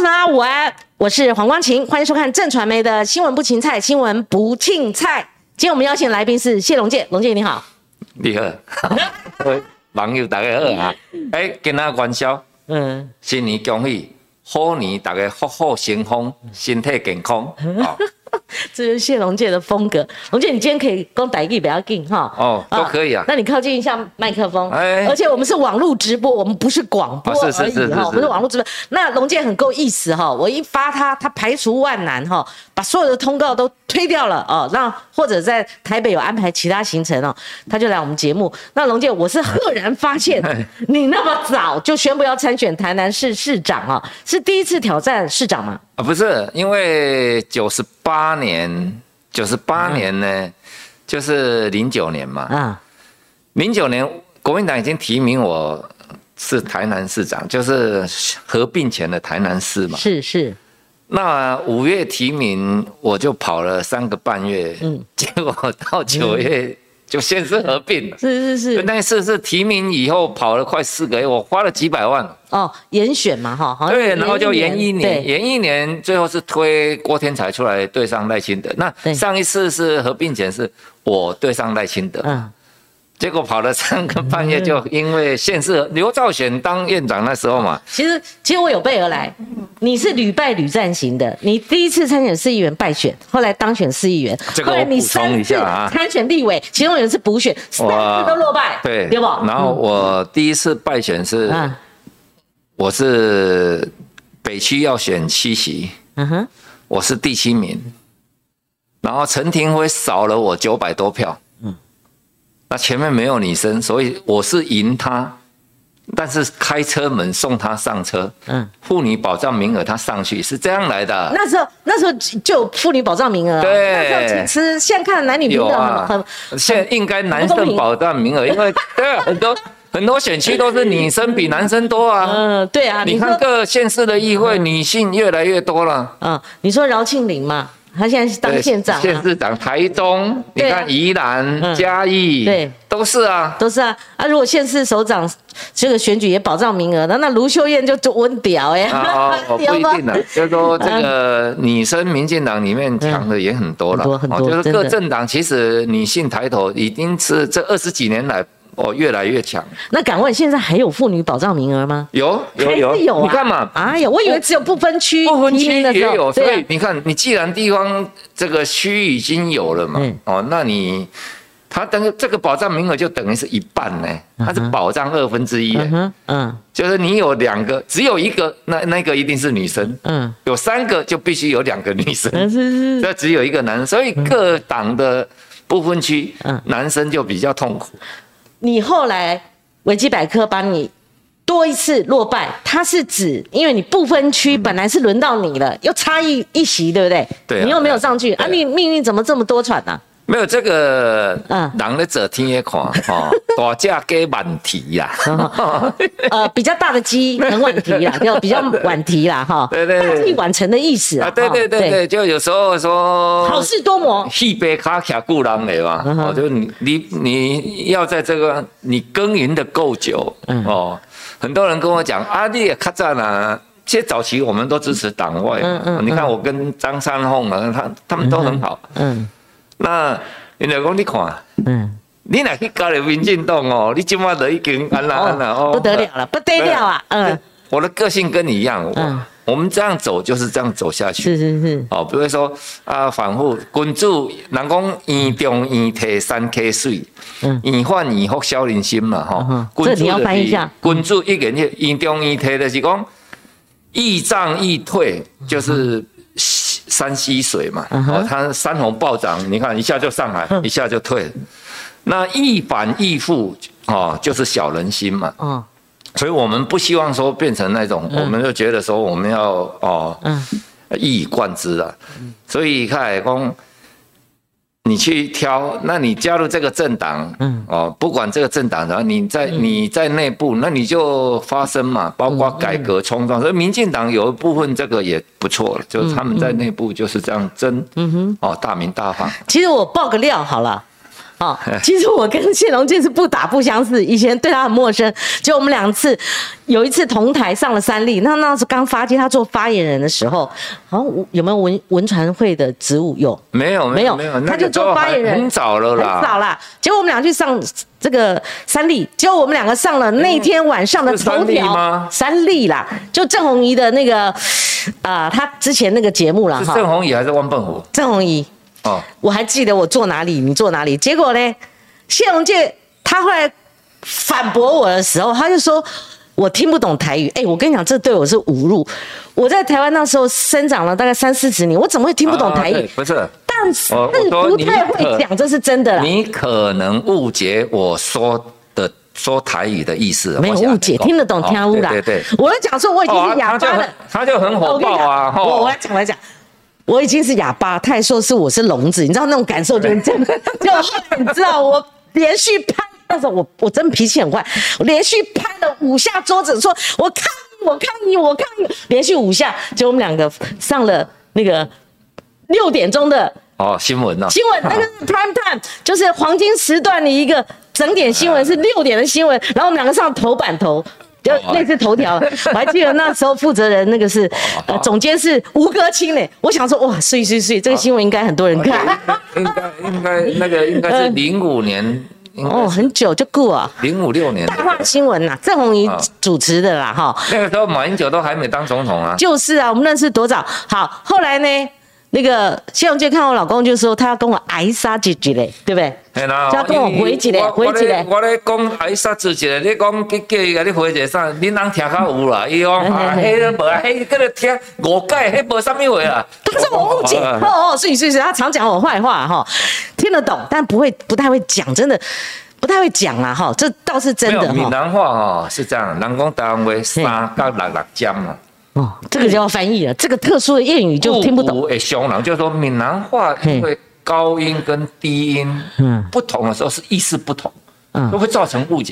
大家午安，我是黄光芹，欢迎收看正传媒的新闻不芹菜，新闻不庆菜。今天我们邀请来宾是谢龙介，龙介你好。 你好，各位网友大家好啊！今仔元宵，新年恭喜，虎年大家虎虎生风，身体健康。 这就是谢龙介的风格。龙介，你今天可以讲台语不要紧哈？ 哦，都可以啊。 那你靠近一下麦克风，而且我们是网络直播，我们不是广播而已哈，我们是网络直播。那龙介很够意思哈，我一发他排除万难哈，把所有的通告都推掉了哦，那或者在台北有安排其他行程哦，他就来我们节目。那龙介，我是赫然发现你那么早就宣布要参选台南市市长啊，是第一次挑战市长吗？ 不是，因为98年呢，就是09年嘛。09年国民党已经提名我是台南市长，就是合并前的台南市嘛。是。那5月提名，我就跑了3个半月，结果到9月就县市合并了。是。那次是提名以后跑了快4个月，我花了几百万。 哦，延选嘛，哈， 对，然后就延1年，延1年，最后是推郭天才出来对上赖清德。那上一次是合并前是我对上赖清德，结果跑了3个半月，就因为县市刘兆选当院长那时候嘛。 其实我有备而来，你是屡败屡战型的，你第一次参选市议员败选，后来当选市议员， 后来你3次参选立委，其中有一次补选，3次都落败， 对不？ 然后我第一次败选是。我是北区要选7席，我是第7名，然后陈廷辉少了我900多票，那前面没有女生，所以我是赢他，但是开车门送他上车，妇女保障名额他上去是这样来的。那时候就有妇女保障名额， 对， 那时候其实现在看男女平等现在应该男生保障名额，因为对很多选区都是女生比男生多啊。 对啊， 你看各县市的议会女性越来越多了。 你说饶庆铃嘛，她现在是当县长， 县市长，台中，你看宜兰、嘉义，对，都是啊。 如果县市首长这个选举也保障名额，那卢秀燕就稳屌不一定了，就是说这个女生民进党里面强的也很多了， 很多， 就是各政党其实女性抬头已经是这20几年来。越来越强。那敢问，现在还有妇女保障名额吗？ 有， 你看嘛， 我以为只有不分区， 也有。所以你看，你既然地方这个区已经有了嘛，那它等于这个保障名额就等于是1半呢，它是保障1/2。就是你有2个，只有1个，那个一定是女生。有3个就必须有2个女生。这只有1个男生，所以各党的不分区，男生就比较痛苦。 你后来维基百科把你多一次落败，它是指因为你不分区本来是轮到你了，又差一席，对不对？ 对， 你又没有上去你命运怎么这么多舛呢？ 没有这个，人咧做天也看，大家给晚提啦， 比较大的鸡很晚提啦，就比较晚提啦，哈， 对， 大器晚成的意思啊， 对，就有时候说好事多磨， 戏杯卡卡固人的嘛，就你要在这个你耕耘的够久，很多人跟我讲你也较早啦。其实早期我们都支持党外，你看我跟张三凤啊，他们都很好，那人家讲你看，你若去加入民进党你今晚就已经安啦不得了啊！ 我的个性跟你一样，我们这样走就是这样走下去。 是。 不会说反复君主，人讲院中院摕3溪水，院患院福少人心嘛这你要翻译一下。 君主一个院中院摕就是讲易涨易退，就是山溪水嘛，它山洪暴涨，你看一下就上来，一下就退了。那易反易复，就是小人心嘛。所以我们不希望说变成那种，我们就觉得说我们要一以贯之啊。所以看讲，你去挑，那你加入这个政党，不管这个政党，然后你在内部，那你就发声嘛，包括改革冲撞。所以民进党有一部分这个也不错了，就是他们在内部就是这样争，大名大放。 其实我爆个料好了， 其实我跟谢龙介是不打不相识，以前对他很陌生。就我们有一次同台上了3立，那时候刚发接他做发言人的时候，好像有没有文传会的职务？有？ 没有， 他就做发言人， 很早了啦， 很早啦。结果我们俩去上这个3立，结果我们2个上了那天晚上的头条。3立啦，就郑弘仪的那个他之前那个节目啦。 是郑弘仪还是汪笨湖？ 郑弘仪。我还记得我坐哪里，你坐哪里。结果呢，谢龙介他后来反驳我的时候，他就说我听不懂台语。我跟你讲，这对我是侮辱。我在台湾那时候生长了大概30-40年，我怎么会听不懂台语？ 不是， 但是不太会讲，这是真的啦。 你可能误解我说台语的意思， 没有误解，听得懂听不啦？ 对， 我在讲说我已经是哑巴了， 他就很火爆啊！ 我来讲。我已经是哑巴，他还说我是聋子，你知道那种感受就是这样。就后来你知道，我连续拍那时候我真脾气很坏，我连续拍了5下桌子，说我抗议，连续5下，就我们2个上了那个6点钟的新闻那个是 prime time， 就是黄金时段的一个整点新闻，是6点的新闻，然后我们2个上头版头。就类似头条，我还记得那时候负责人那个是总监是吴歌清嘞。我想说哇，碎，这个新闻应该很多人看。 应该那个应该是05年。 很久就过啊。 05-06年。 大话新闻呐，郑弘仪主持的啦哈。 那个时候马英九都还没当总统啊。 就是啊，我们认识多早。好，后来呢？那个谢龙介看我老公就说他要跟我挨杀几嘞，对不对？就要跟我回几嘞。 我咧讲挨杀几嘞，你讲叫伊甲你回一个啥？恁人听较有啦。伊讲迄都无啊，迄个听误解，迄无啥物话啦。 他说我误解是，他常讲我坏话哈，听得懂，但不太会讲，真的不太会讲啦哈，这倒是真的哈。 闽南话是这样，人讲台湾话3到6尖嘛。 这个就要翻译了，这个特殊的谚语就听不懂。 会相人，就是说闽南话因为高音跟低音不同的时候是意思不同，都会造成误解。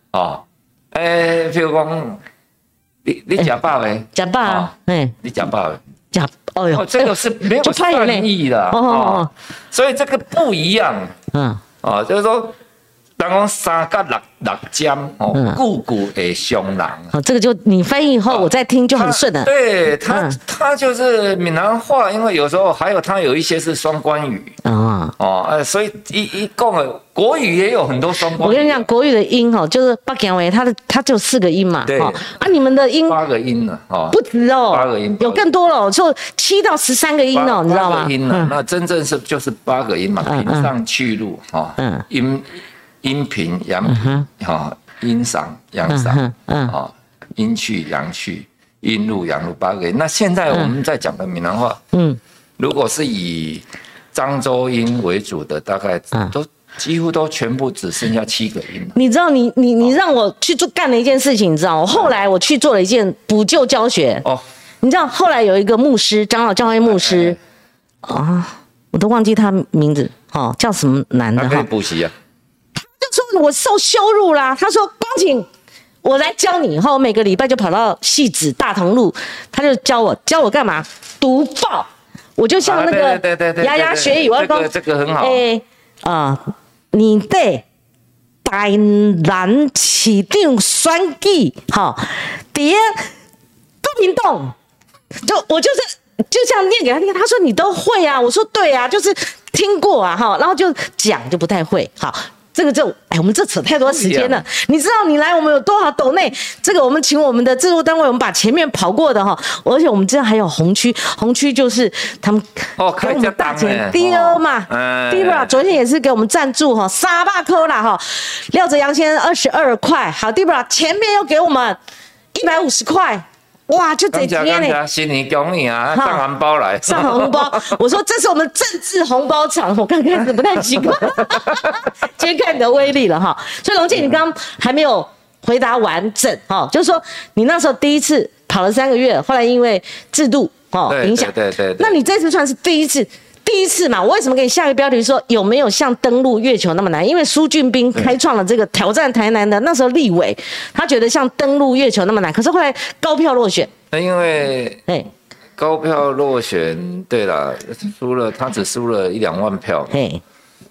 譬如讲，你吃饱没？ 吃饱， 你吃饱没？ 这个是没有善意的所以这个不一样。就是说。人讲3到6尖句句会相人。这个就你翻译以后，我再听就很顺了。 对他就是闽南话，因为有时候还有他有一些是双关语所以一共的国语也有很多双关语。 我跟你讲，国语的音就是北京话，它就4个音嘛。 对你们的音 8个音了不止 8个音， 有更多了，就7到13个音你知道吗？ 8个音了，那真正是就是8个音嘛，平上去入阴平阳平阴上阳上阴去阳去阴入阳入8个音。那现在我们在讲的闽南话，如果是以漳州音为主的，大概都几乎都全部只剩下7个音。 你知道你让我去干了一件事情，你知道吗？后来我去做了一件补救教学。你知道后来有一个牧师，长老教会牧师我都忘记他名字叫什么男的他可以补习啊。 说我受羞辱啦！他说：“光景，我来教你。”以后每个礼拜就跑到戏子大同路，他就教我干嘛？读报。我就像那个牙牙学语，我说这个很好。 你对台南市长选举，第一公民党，我就这样念给他听。他说你都会啊？我说对啊，就是听过啊，然后就讲就不太会。好。这个我们这扯太多时间了。你知道你来我们有多少斗内？这个我们请我们的制作单位，我们把前面跑过的而且我们这样还有红区就是他们给我们大钱丢嘛，Dibra 昨天也是给我们赞助300块啦廖哲阳先生22块，好 Dibra 前面又给我们150块。哇，就这几天呢！ 新年恭喜啊，上红包来， 上红包。我说这是我们政治红包场，我刚开始不太习惯，今天看你的威力了所以龙介，你刚刚还没有回答完整就是说你那时候第一次跑了3个月，后来因为制度影响， 对， 那你这次算是第一次嘛？我为什么给你下个标题说有没有像登陆月球那么难？因为苏俊斌开创了这个挑战台南的那时候立委，他觉得像登陆月球那么难，可是后来高票落选。 那因为高票落选，对啦，他只输了1-2万票。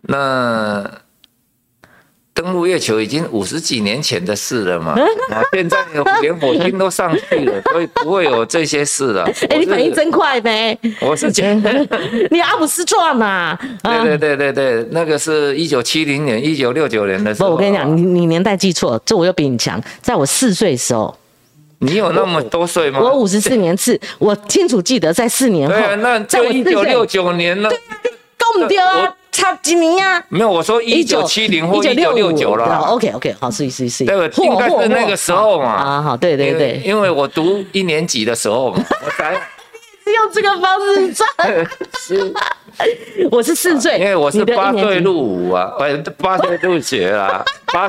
那登陆月球已经50几年前的事了嘛，现在连火星都上去了，所以不会有这些事了。 你反应真快呢！ 我是觉得你阿姆斯壮啊！ 对，那个是1970年、1969年的时候。 不，我跟你讲，你年代记错，这我又比你强。在我4岁的时候， 你有那么多岁吗？ 我54年次，我清楚记得在4年后。 对啊，那就1969年了。 对啊，搞不掉啊！差几年啊？ 没有，我说1970或1969了。 OK， 好，是。 对，应该是那个时候嘛。 啊，好，对。 因为我读1年级的时候嘛，我才用这个方式算。 是， 我是4岁， 因为我是8岁入伍啊，8岁入学啦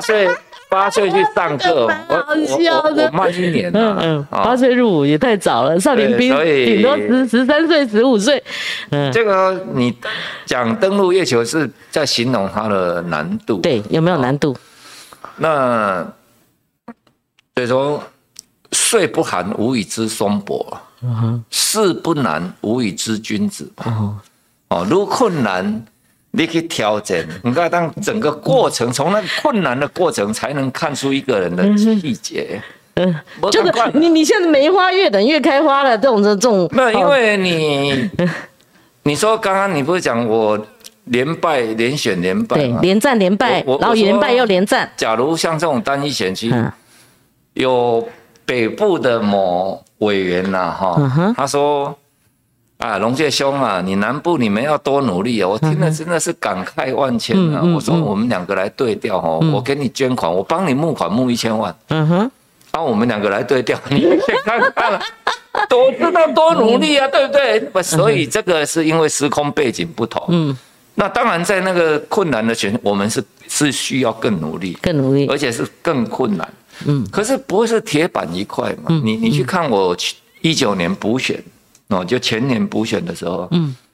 ，8岁去上课，我慢1年啊。 8岁入伍也太早了，少年兵顶多13岁、15岁。 这个你讲登陆月球是在形容它的难度， 对，有没有难度？ 那所以说，岁不寒，无以知松柏；事不难，无以知君子。如困难。你去挑战，你看，当整个过程，从那个困难的过程，才能看出一个人的细节。 就是你现在梅花越等越开花了，这种。 没有，因为你说刚刚你不是讲我连败连选连败， 对，连战连败，然后连败又连战。 假如像这种单一选区，有北部的某委员呐，他说。龙介兄啊，你南部你们要多努力啊！我听了真的是感慨万千啊！我说我们2个来对调我给你捐款，我帮你募款募1000万，我们2个来对调，你先看看了，都知道多努力啊，对不对？所以这个是因为时空背景不同，那当然在那个困难的我们是需要更努力，而且是更困难，可是不会是铁板一块嘛？你去看我19年补选。就前年补选的时候，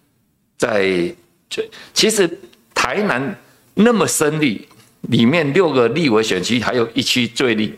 其实台南那么深绿，里面6个立委选区，还有1区最绿。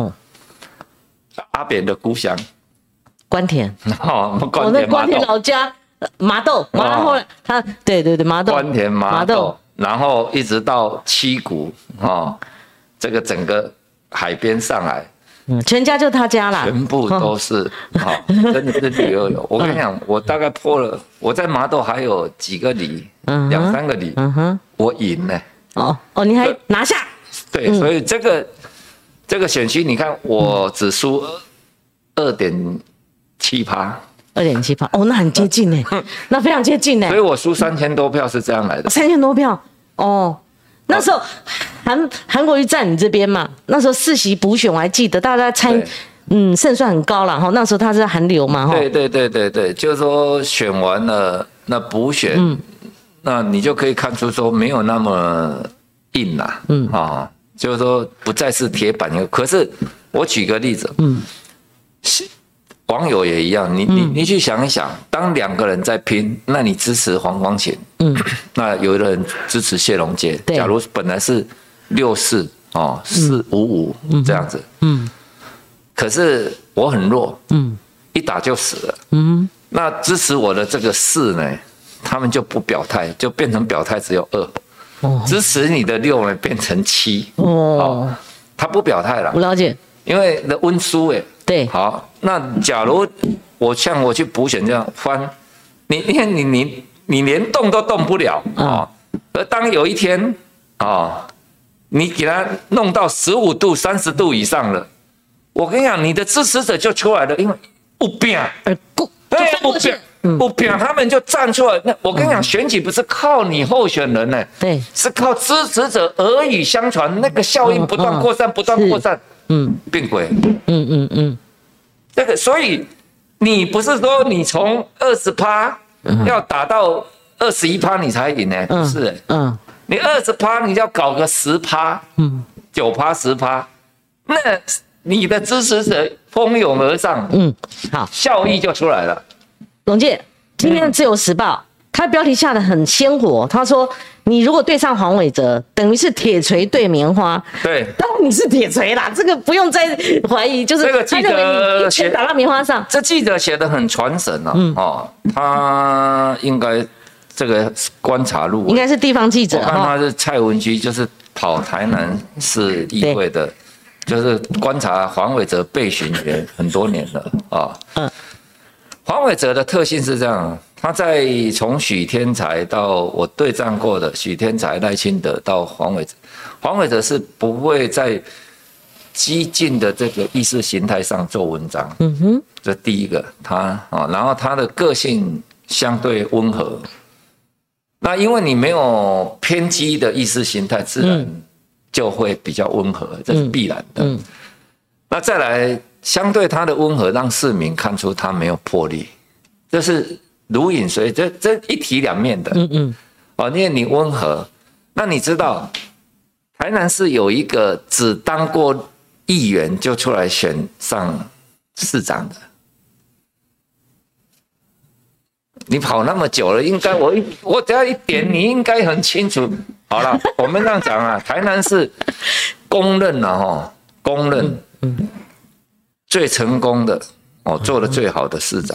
阿扁的故乡， 关田。 关田老家麻豆，后来他对麻豆。 关田麻豆，然后一直到七股这个整个海边上来。 全家就他家啦， 全部都是，真的是旅游有。我跟你讲，我大概破了，我在麻豆还有几个里，2、3个里，我赢了。 你还拿下？ 对，所以这个选区，你看我只输2.7%。 2.7%，那很接近呢，那非常接近呢。 所以我输3000多票是这样来的。 3000多票，那时候韩国瑜站你这边嘛，那时候4席补选我还记得，大家参胜算很高了哈。那时候他是韩流嘛哈。 对，就是说选完了那补选，那你就可以看出说没有那么硬啦，就是说不再是铁板一个。可是我举个例子，网友也一样，你去想一想，当2个人在拼，那你支持黄光芹，那有的人支持谢龙介。假如本来是6-4，4-5-5这样子，可是我很弱，一打就死了，那支持我的这个4呢，他们就不表态，就变成表态只有2，支持你的6呢变成7，他不表态了， 我了解， 因为的温书对， 好，那假如我去补选这样翻，你连动都动不了而当有一天你给他弄到15度、30度以上了，我跟你讲，你的支持者就出来了，因为不拼，不拼，他们就站出来。那我跟你讲，选举不是靠你候选人呢， 对， 是靠支持者耳语相传，那个效应不断扩散，不断扩散。并轨，这个，所以你不是说你从20%要打到21%你才赢呢？不是，你20%你要搞个10%，9%、10%，那你的支持者蜂拥而上，好，效益就出来了。 龙介，今天的《自由时报》他标题下的很鲜活，他说你如果对上黄伟哲，等于是铁锤对棉花。 对， 当然你是铁锤啦，这个不用再怀疑，就是这个记者一拳打到棉花上。 这记者写得很传神他应该这个观察入围， 应该是地方记者。 我看他是蔡文居，就是跑台南市议会的，就是观察黄伟哲备询员很多年了啊。黄伟哲的特性是这样，他在从许天才到我对战过的许天才、赖清德到黄伟哲，黄伟哲是不会在激进的这个意识形态上做文章。这第一个然后他的个性相对温和。那因为你没有偏激的意识形态，自然就会比较温和，这是必然的。那再来，相对他的温和，让市民看出他没有魄力，这是如影随这一体两面的。因为你温和，那你知道台南市有一个只当过议员就出来选上市长的。你跑那么久了，应该我只要一点，你应该很清楚。好了，我们这样讲啊，台南市公认公认最成功的做的最好的市长。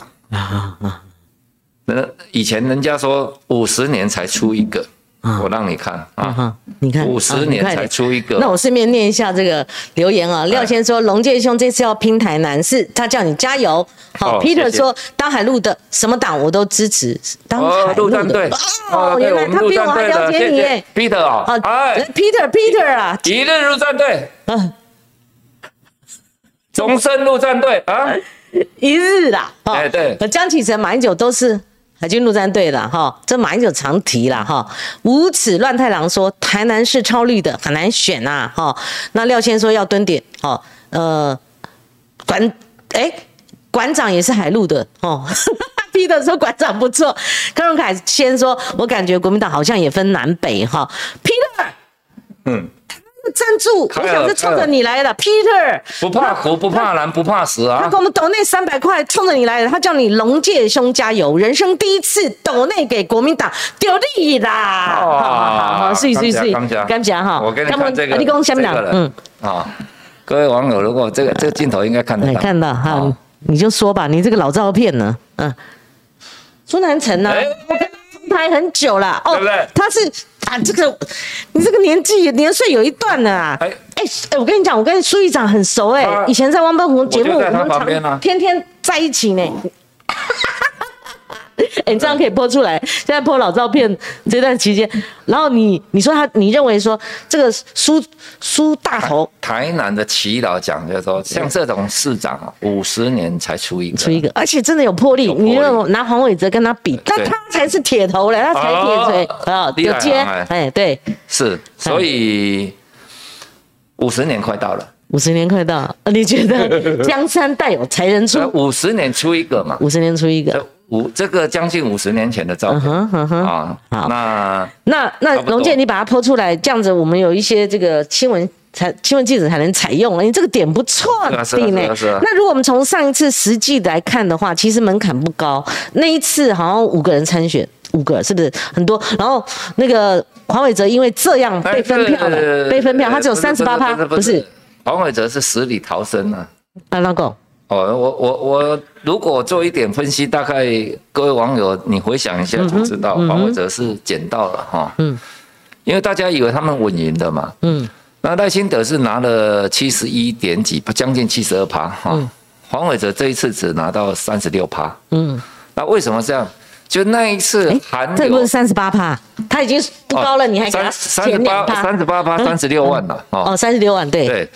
以前人家说50年才出一个。我让你看你看 50年才出一个。 那我顺便念一下这个留言啊。廖先说，龙介兄这次要拼台南市，他叫你加油。好 ，Peter 说，当海陆的什么党我都支持。当海陆的原来他比我还了解你耶 ，Peter 啊 ，Peter 啊， 一日陆战队，中正陆战队啊， 一日啦， 对， 江启臣、马英九都是海军陆战队的哈，这马英九常提啦哈。无耻乱太郎说，台南市超绿的很难选呐哈。那廖先说要蹲点哈，馆长也是海陆的哦。Peter 说馆长不错。柯荣凯先说，我感觉国民党好像也分南北哈。Peter，赞助，我想是冲着你来的 ，Peter。 不怕苦，不怕难，不怕死啊！ 他给我们抖内300块，冲着你来的。他叫你龙介兄加油，人生第一次抖内给国民党丢力啦！好，是，感谢哈。 我给你看这个， 你讲什么人？ 各位网友，如果这个镜头应该看得到， 看到哈，你就说吧，你这个老照片呢？苏南成呢？我跟他同台很久了， 对不对？ 他是。这个你这个年岁有一段了啊！我跟你讲，我跟苏议长很熟以前在汪笨湖节目，我们常天天在一起呢。你这样可以播出来，现在播老照片这段期间，然后你说你认为说这个苏大头， 台南的耆老讲就是说，像这种市长50年才出一个， 而且真的有魄力。你拿黄伟哲跟他比，那他才是铁头嘞，他才铁锤有接，对， 是，所以50年快到了。 50年快到，你觉得江山代有才人出 ？50年出一个嘛 ？50年出一个。 这个将近50年前的照片好， 那龙介，你把它 po 出来，这样子我们有一些这个新闻记者才能采用。你这个点不错的呢。那如果我们从上一次实际来看的话，其实门槛不高。那一次好像5个人参选，5个是不是很多？然后那个黄伟哲因为这样被分票了，他只有38%，不是？ 黄伟哲是死里逃生啊！ 老公。 我如果做一点分析，大概各位网友你回想一下就知道，黄伟哲是捡到了哈。因为大家以为他们稳赢的嘛。那赖清德是拿了71点几，将近72%哈。黄伟哲这一次只拿到36%。那为什么这样？就那一次这不是38%，他已经不高了，你还给他减2%。 38%，36万了。 36万，对。 对，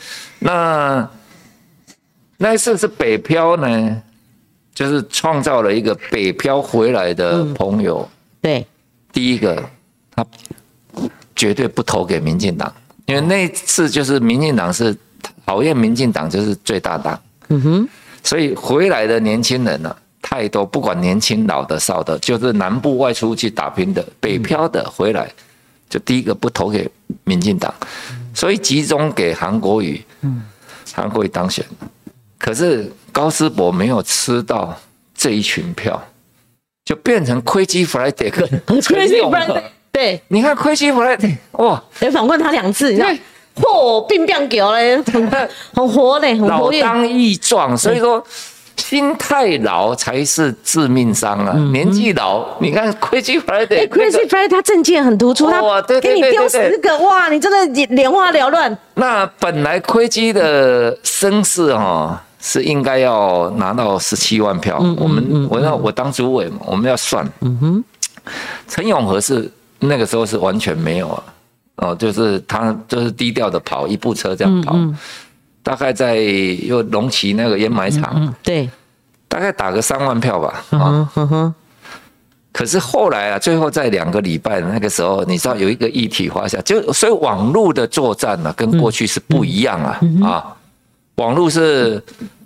那一次是北漂呢，就是创造了一个北漂回来的朋友。 对， 第一个他绝对不投给民进党，因为那一次就是民进党是讨厌民进党就是最大党。所以回来的年轻人呢太多，不管年轻老的少的，就是南部外出去打拼的北漂的回来，就第一个不投给民进党，所以集中给韩国瑜。韩国瑜当选。可是高思博没有吃到这一群票，就变成Crazy Friday 跟 Crazy Friday。对， 你看Crazy Friday，哇！ 访问他2次，你知道，变给嘞，很活嘞，很活跃， 老当益壮。所以说， 心态老才是致命伤啊！年纪老，你看 Crazy Friday，Crazy Friday 他证件很突出，他给你丢10个，哇，你真的眼花缭乱。 那本来Crazy的声势是应该要拿到17万票，我当主委嘛，我们要算。陈永和是那个时候是完全没有就是他就是低调的跑，一部车这样跑，大概在又龙崎那个烟霾场， 对。 大概打个3万票吧，可是后来最后在2个礼拜那个时候，你知道有一个议题发下，所以网络的作战呢，跟过去是不一样网络是，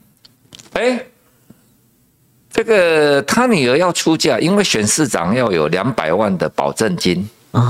这个他女儿要出嫁，因为选市长要有200万的保证金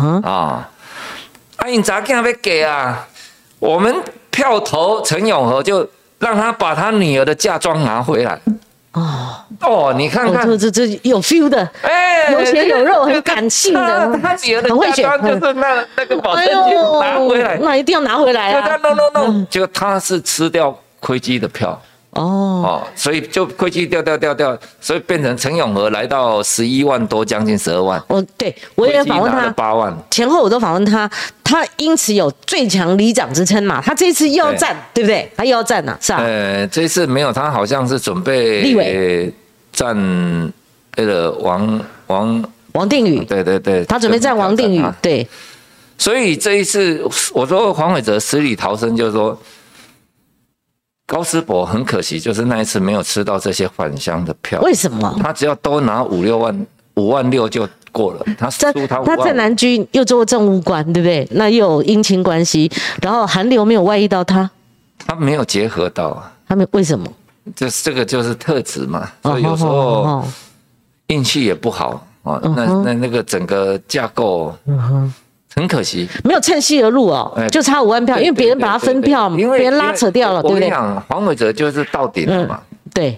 因咋给他给啊？我们票投陈永和，就让他把他女儿的嫁妆拿回来。你看看， 这有 feel 的，有血有肉，很感性的。 他女儿的嫁妆就是那个保证金拿回来， 那一定要拿回来啊 ！No， 就他是吃掉亏基的票。所以就亏基掉，所以变成陈永和来到11万多，将近12万。 对，我也访问他 8万， 前后我都访问他，他因此有最强里长之称嘛。他这次又要站，对不对？他又要站了，是吧？ 这次没有，他好像是准备立委站那个王定宇， 对， 他准备站王定宇，对。 所以这一次我说黄伟哲死里逃生，就是说。高思博很可惜，就是那一次没有吃到这些返乡的票。 为什么？ 他只要多拿5-6万，5万6就过了。他在南居又做政务官，对不对？那又有姻亲关系，然后韩流没有外溢到他， 他没有结合到。 他们为什么？ 这个就是特质嘛，所以有时候运气也不好那个整个架构。很可惜， 没有趁虚而入就差5万票，因为别人把他分票，别人拉扯掉了，对不对？ 我跟你讲，黄伟哲就是到顶了嘛， 对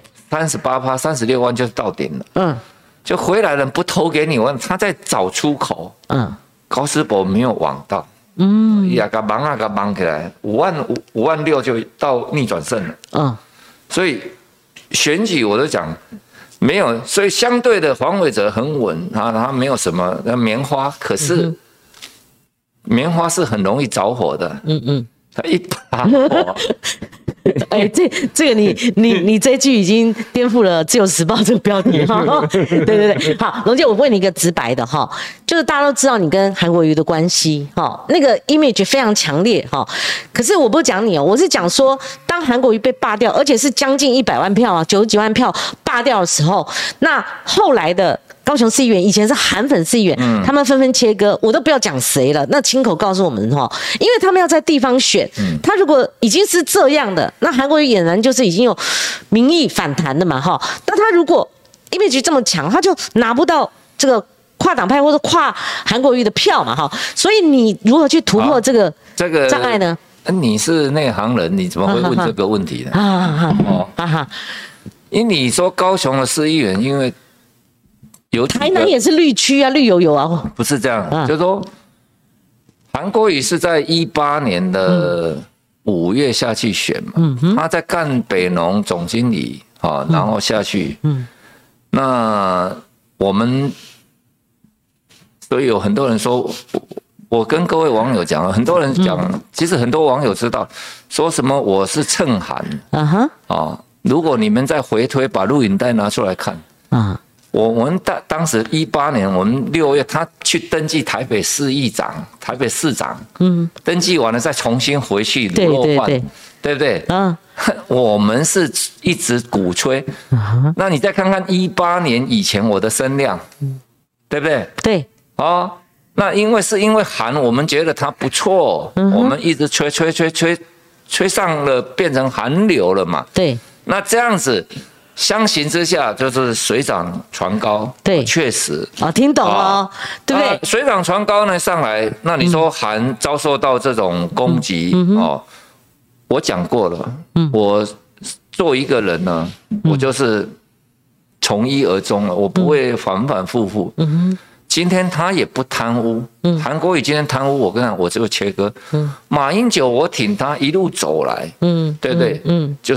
，38%、36万就是到顶了，就回来人不投给你，他在找出口，高思博没有网到，也给忙起来，5万6就到逆转胜了，所以选举我都讲没有，所以相对的黄伟哲很稳，他没有什么棉花，可是。棉花是很容易着火的，它一把火， 这个你这句已经颠覆了《自由时报》这个标题哈。对，好，龙姐，我问你一个直白的哈，就是大家都知道你跟韩国瑜的关系那个 image 非常强烈可是我不是讲你我是讲说，当韩国瑜被罢掉，而且是将近100万票90几万票罢掉的时候，那后来的。高雄市议员以前是韩粉市议员，他们纷纷切割，我都不要讲谁了。那亲口告诉我们因为他们要在地方选，他如果已经是这样的，那韩国瑜俨然就是已经有民意反弹的嘛那他如果image这么强，他就拿不到这个跨党派或者跨韩国瑜的票嘛所以你如何去突破这个障碍呢？ 你是内行人，你怎么会问这个问题呢？因为你说高雄的市议员，因为台南也是绿区绿油油不是这样，就是说韩国瑜是在18年的5月下去选嘛，他在干北农总经理然后下去，那我们所以有很多人说，我跟各位网友讲了，很多人讲，其实很多网友知道，说什么我是蹭韩如果你们再回推，把录影带拿出来看我们当时18年，我们6月，他去登记台北市议长、台北市长，登记完了再重新回去卤肉饭，对不对？我们是一直鼓吹。那你再看看18年以前我的声量，对不对？ 对。 那因为韩，我们觉得他不错，我们一直吹上了，变成韩流了嘛。 对。 那这样子。相形之下，就是水涨船高， 对， 确实听懂对不对？ 水涨船高呢，上来，那你说韩遭受到这种攻击我讲过了，我做一个人呢，我就是从一而终了，我不会反反复复。今天他也不贪污，韩国瑜今天贪污，我跟他我就切割。马英九我挺他一路走来，对不对？就是。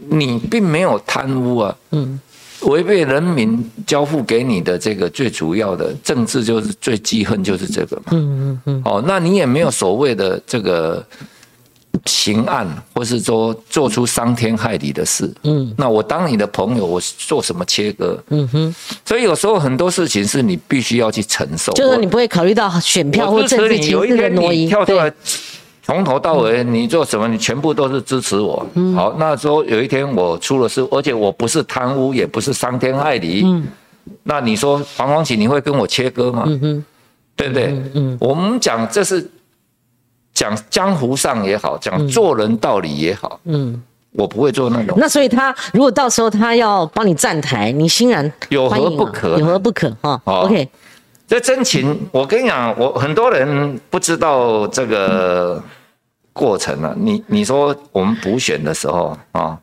你并没有贪污啊，违背人民交付给你的这个最主要的政治就是最记恨就是这个嘛，哦，那你也没有所谓的这个刑案，或是说做出伤天害理的事，那我当你的朋友，我做什么切割？所以有时候很多事情是你必须要去承受， 就是你不会考虑到选票或政治情势的挪移。 跳出来，从头到尾你做什么，你全部都是支持我。好，那时候有一天我出了事，而且我不是贪污，也不是伤天害理，那你说黄光芹你会跟我切割吗？对不对？我们讲这是。讲江湖上也好，讲做人道理也好，我不会做那种。 那所以他如果到时候他要帮你站台，你欣然有何不可？ 有何不可哈 ？OK， 这真情，我跟你讲，我很多人不知道这个过程啊。你说我们补选的时候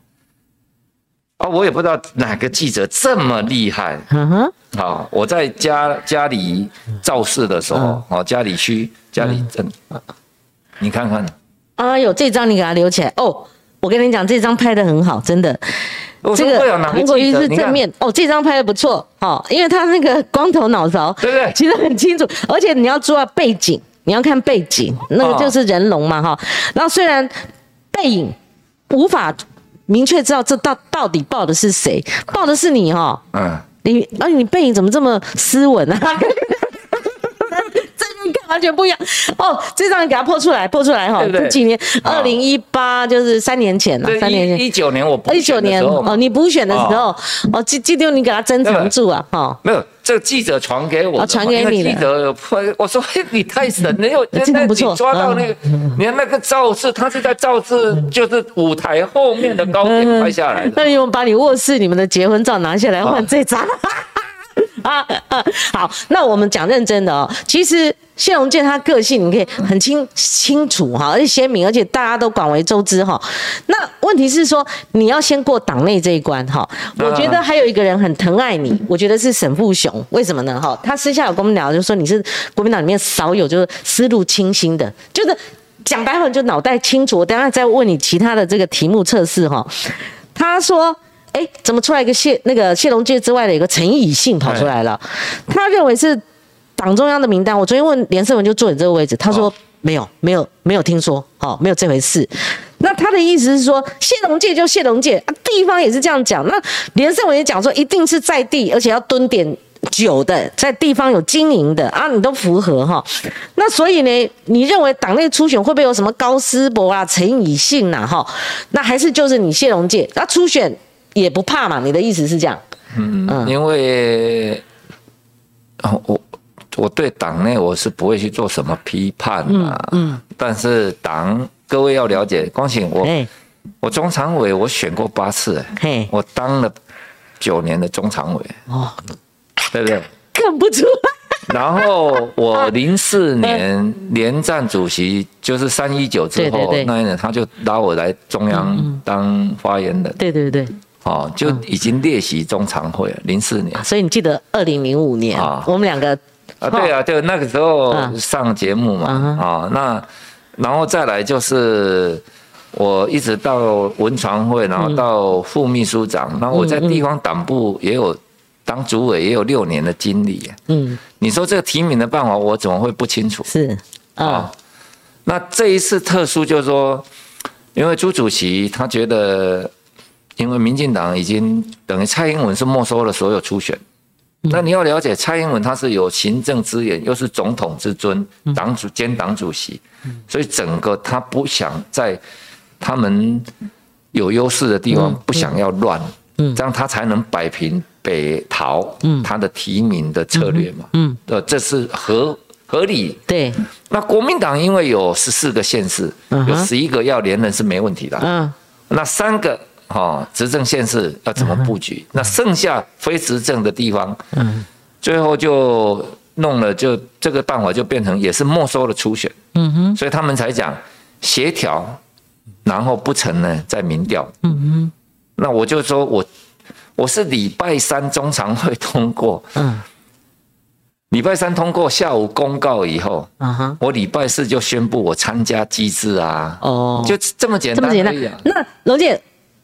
我也不知道哪个记者这么厉害。好，我在家里造势的时候，家里区家里镇。你看看，有这张你给他留起来哦。我跟你讲，这张拍得很好，真的。这个韩国瑜是正面哦，这张拍得不错因为他那个光头脑勺， 对不对？ 其实很清楚，而且你要注意背景，你要看背景，那个就是人龙嘛然后虽然背影无法明确知道这到底报的是谁，报的是你你背影怎么这么斯文啊？完全不一样这张给他破出来这几年2018就是3年前了，3年前 19年我补选的时候你补选的时候记得你给他珍藏住啊没有，这个记者传给我， 传给你的。 记者我说你太神了， 真的不错， 抓到那个你看那个造势，他是在造势就是舞台后面的高点拍下来的。 那你有把你卧室你们的结婚照拿下来换这张？好，那我们讲认真的其实谢龙介他个性你可以很清楚而且鲜明，而且大家都广为周知那问题是说你要先过党内这一关我觉得还有一个人很疼爱你，我觉得是沈富雄。为什么呢他私下有跟我们聊，就说你是国民党里面少有就是思路清新的，就是讲白话就脑袋清楚。我等一下再问你其他的这个题目测试他说怎么出来一个谢龙介之外的一个陈以信跑出来了？他认为是党中央的名单。我昨天问连胜文就坐你这个位置，他说没有听说，没有这回事。那他的意思是说，谢龙介就谢龙介，地方也是这样讲。那连胜文也讲说，一定是在地，而且要蹲点久的，在地方有经营的你都符合那所以呢，你认为党内初选会不会有什么高思博陈以信那还是就是你谢龙介初选？也不怕嘛？你的意思是这样？ 因为我对党内我是不会去做什么批判但是各位要了解，光请我中常委我选过8次，我当了9年的中常委，对不对？ 看不出来。 然后我04年连战主席，就是319之后那一年，他就拉我来中央当发言人。 对。 就已经列席中常会了，04年。 所以你记得2005年我们两个对啊，对，那个时候上节目嘛那然后再来就是我一直到文传会，然后到副秘书长，然后我在地方党部也有当主委，也有6年的经历。你说这个提名的办法，我怎么会不清楚？ 是那这一次特殊就是说，因为朱主席他觉得。因为民进党已经等于蔡英文是没收了所有初选，那你要了解蔡英文他是有行政资源，又是总统之尊，兼党主席，所以整个他不想在他们有优势的地方不想要乱，这样他才能摆平北桃他的提名的策略嘛，这是合理。 对， 那国民党因为有14个县市，有11个要连任是没问题的，那3个。执政县市要怎么布局？那剩下非执政的地方，最后就弄了，就这个办法就变成也是没收了初选，所以他们才讲协调，然后不成呢再民调，那我就说我是礼拜3中常会通过，礼拜3通过，下午公告以后，我礼拜4就宣布我参加机制就这么简单而已。 那龙姐。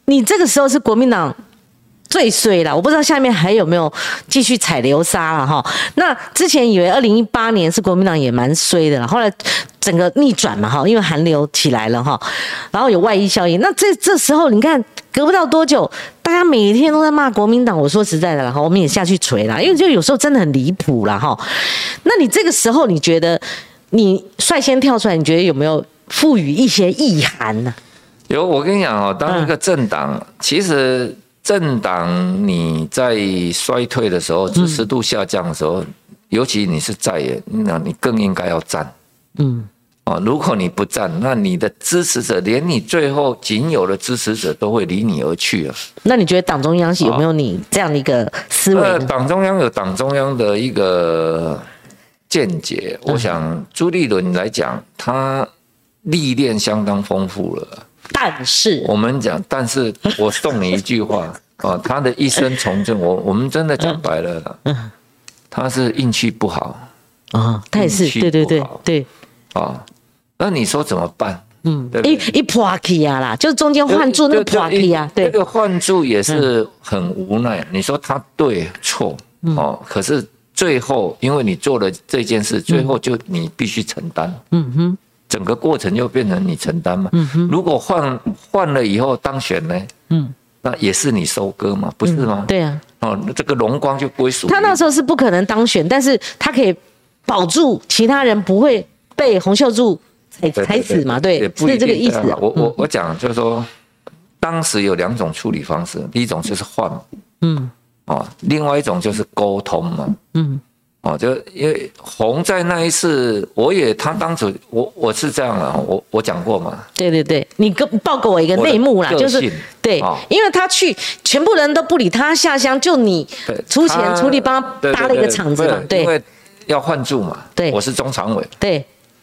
你这个时候是国民党最衰了，我不知道下面还有没有继续踩流沙了哈。那之前以为2018年是国民党也蛮衰的了，后来整个逆转嘛哈，因为韩流起来了哈，然后有外溢效应。那这时候你看，隔不到多久，大家每天都在骂国民党。我说实在的啦哈，我们也下去锤啦，因为就有时候真的很离谱啦哈。那你这个时候，你觉得你率先跳出来，你觉得有没有赋予一些意涵呢？ 有，我跟你讲哦，当一个政党，其实政党你在衰退的时候，支持度下降的时候，尤其你是在野，那你更应该要站。如果你不站，那你的支持者，连你最后仅有的支持者都会离你而去了。 那你觉得党中央有没有你这样的一个思维？ 党中央有党中央的一个见解。我想朱立伦来讲，他历练相当丰富了。 但是但是我送你一句话啊，他的一生从政，我们真的讲白了啦，他是运气不好啊，他也是，对啊，那你说怎么办？ 一破起啊啦，就是中间换柱那个破起啊，对， 那个换柱也是很无奈。你说他对错哦，可是最后因为你做了这件事，最后就你必须承担。整个过程就变成你承担嘛。如果换了以后当选呢？那也是你收割嘛，不是吗？ 对啊。 这个荣光就归属他那时候是不可能当选，但是他可以保住其他人不会被洪秀柱踩死嘛？对，是这个意思。 我讲就是说，当时有2种处理方式，第一种就是换，另外一种就是沟通嘛。就因为洪在那一次，他当时我是这样啊，我讲过嘛。对， 你报给我一个内幕啦，就是对，因为他去，全部人都不理他下乡，就你出钱出力帮他搭了一个场子嘛。对， 因为要换柱嘛。对，我是中常委。 对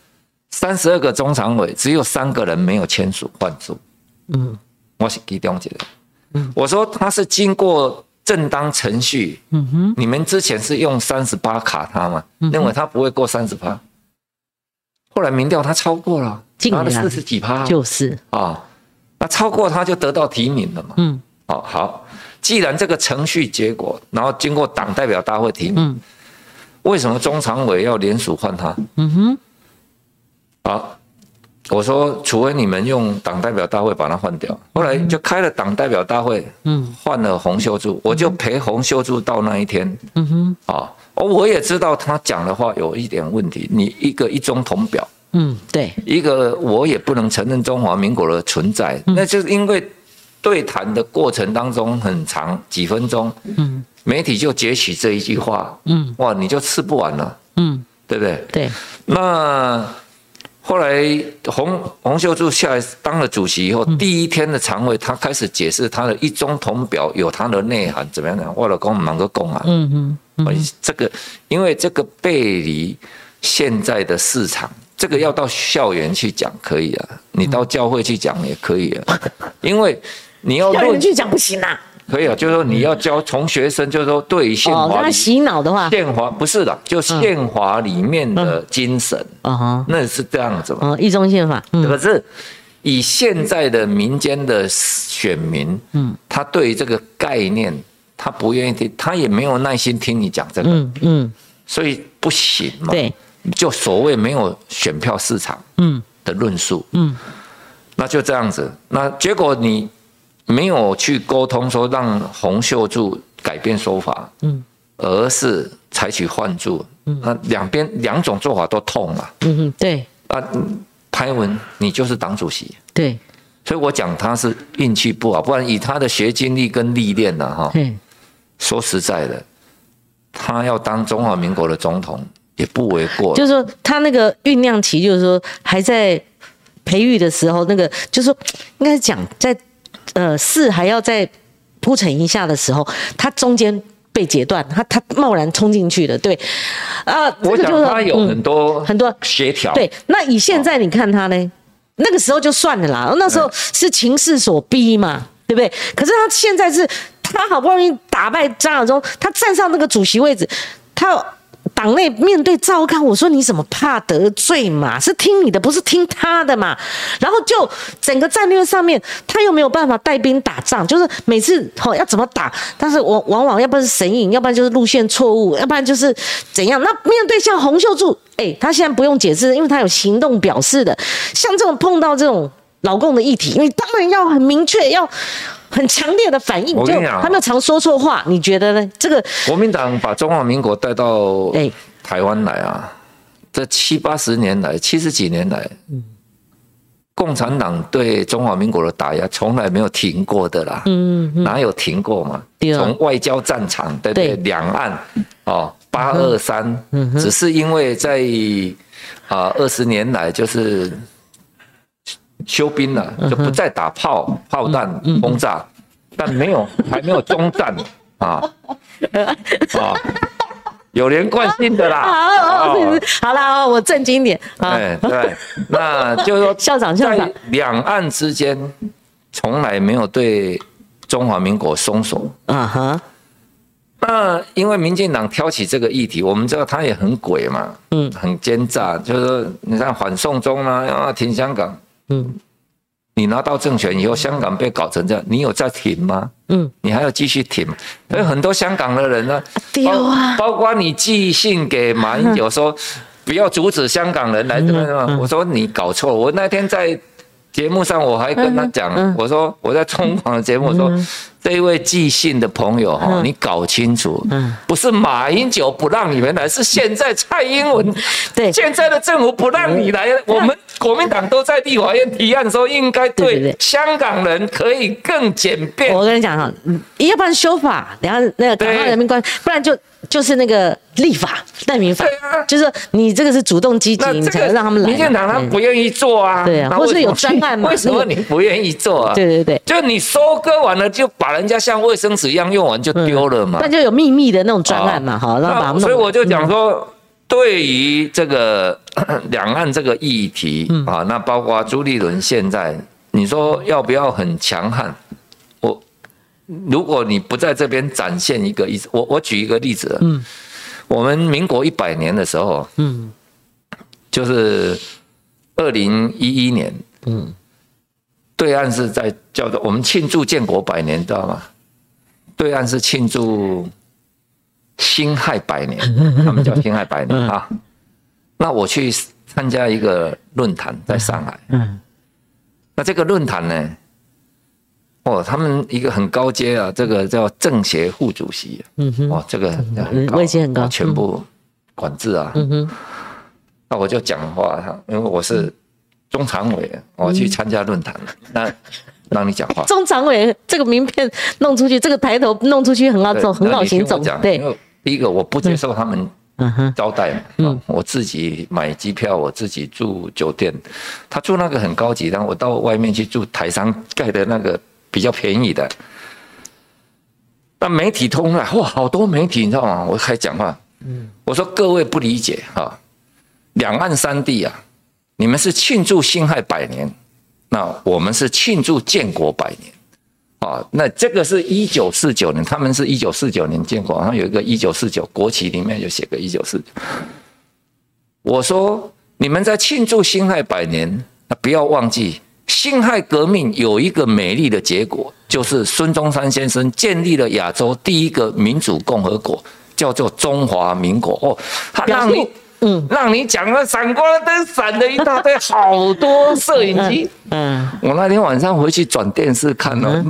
，32个中常委，只有3个人没有签署换柱。我是其中一个。我说他是经过正当程序，你们之前是用38卡他嘛，认为他不会过30%，后来民调他超过了，拿了40几%， 就是那超过他就得到提名了嘛。好，既然这个程序结果，然后经过党代表大会提名，为什么中常委要联署换他？好。我说，除非你们用党代表大会把它换掉，后来就开了党代表大会，换了洪秀柱，我就陪洪秀柱到那一天，我也知道他讲的话有一点问题，你一中同表， 对， 一个我也不能承认中华民国的存在，那就是因为对谈的过程当中很长，几分钟，媒体就截取这一句话，哇，你就吃不完了，对不对？ 对， 那。后来洪秀柱下来当了主席以后，第一天的常会，他开始解释他的一中同表有他的内涵怎么样？我老公忙个讲啊，这个因为这个背离现在的市场，这个要到校园去讲可以啊，你到教会去讲也可以啊，因为你要校园去讲不行啊。 可以啊，就是说你要教从学生，就是说对于宪法洗脑的话， 宪法不是的，就宪法里面的精神，那是这样子嘛。 一中宪法， 可是以现在的民间的选民，他对于这个概念，他不愿意听，他也没有耐心听你讲这个，所以不行嘛。 对， 就所谓没有选票市场，的论述，那就这样子，那结果你。没有去沟通说让洪秀柱改变说法，而是采取换柱，那两种做法都痛了， 对， 潘文你就是党主席， 对， 所以我讲他是运气不好，不然以他的学经历跟历练呢，说实在的，他要当中华民国的总统也不为过。 就是说他那个酝酿期，就是说还在培育的时候，那个就是说应该讲在。事还要再铺陈一下的时候，他中间被截断，他贸然冲进去了，对， 我想他有很多协调， 对。那以现在你看他呢，那个时候就算了啦，那时候是情势所逼嘛，对不对？可是他现在是，他好不容易打败张亚中，他站上那个主席位置，他党内面对赵康，我说你怎么怕得罪嘛？是听你的，不是听他的嘛？然后就整个战略上面，他又没有办法带兵打仗，就是每次要怎么打，但是我往往要不然是神隐，要不然就是路线错误，要不然就是怎样。那面对像洪秀柱，他现在不用解释，因为他有行动表示的。像这种碰到这种老共的议题，你当然要很明确，要很强烈的反应。就他没有常说错话，你觉得呢？这个国民党把中华民国带到台湾来啊，这70、80年来，70几年来，共产党对中华民国的打压从来没有停过的啦，哪有停过嘛？从外交战场，对不对？两岸823，只是因为在20年来就是休兵了，就不再打炮弹轰炸，但还没有中战有连贯性的啦。 好啦，我正经一点。 对，那就是说， 校长， 在两岸之间从来没有对中华民国松手。那因为民进党挑起这个议题，我们知道他也很鬼嘛，很奸诈，就是说你看反送中啊，要停香港，你拿到政权以后，香港被搞成这样，你有在停吗？你还要继续停？有很多香港的人呢，包括你寄信给马英九说不要阻止香港人来这边，我说你搞错了。我那天在节目上我还跟他讲，我说我在中广的节目说，这一位寄信的朋友你搞清楚，不是马英九不让你们来，是现在蔡英文，现在的政府不让你来。我们国民党都在立法院提案说，应该对香港人可以更简便。 我跟你讲哈，要不然修法，然后那个港澳人民关系，不然就是那个立法难民法，就是你这个是主动积极，你才能让他们来。 民进党他不愿意做啊， 对啊，或是有专案嘛？ 为什么你不愿意做啊？ 对， 就你收割完了，就把人家像卫生纸一样用完就丢了嘛。 那就有秘密的那种专案嘛，好，让把他们。 所以我就讲说，对于这个两岸这个议题那包括朱立伦现在，你说要不要很强悍？如果你不在这边展现一个意思，我举一个例子，我们民国100年的时候，就是2011年，对岸是在叫做我们庆祝建国100年，知道吗？对岸是庆祝辛亥100年，他们叫辛亥100年啊。那我去参加一个论坛，在上海，那这个论坛呢？他们一个很高阶啊，这个叫政协副主席，这个位阶很高， 全部管制啊，那我就讲话，因为我是中常委，我去参加论坛，那让你讲话。 中常委这个名片弄出去，这个抬头弄出去很好走，很好行走。对， 因为第一个我不接受他们招待嘛，我自己买机票，我自己住酒店，他住那个很高级，然后我到外面去住台商盖的那个比较便宜的。那媒体通来，好多媒体你知道吗？我开始讲话，我说各位不理解两岸三地啊，你们是庆祝辛亥100年，那我们是庆祝建国100年那这个是1949年，他们是1949年建国，然后有一个1949国旗里面有写个1949。我说你们在庆祝辛亥100年，不要忘记。辛亥革命有一个美丽的结果，就是孙中山先生建立了亚洲第一个民主共和国，叫做中华民国。他让你讲了，闪光灯闪了一大堆，好多摄影机。我那天晚上回去转电视看了。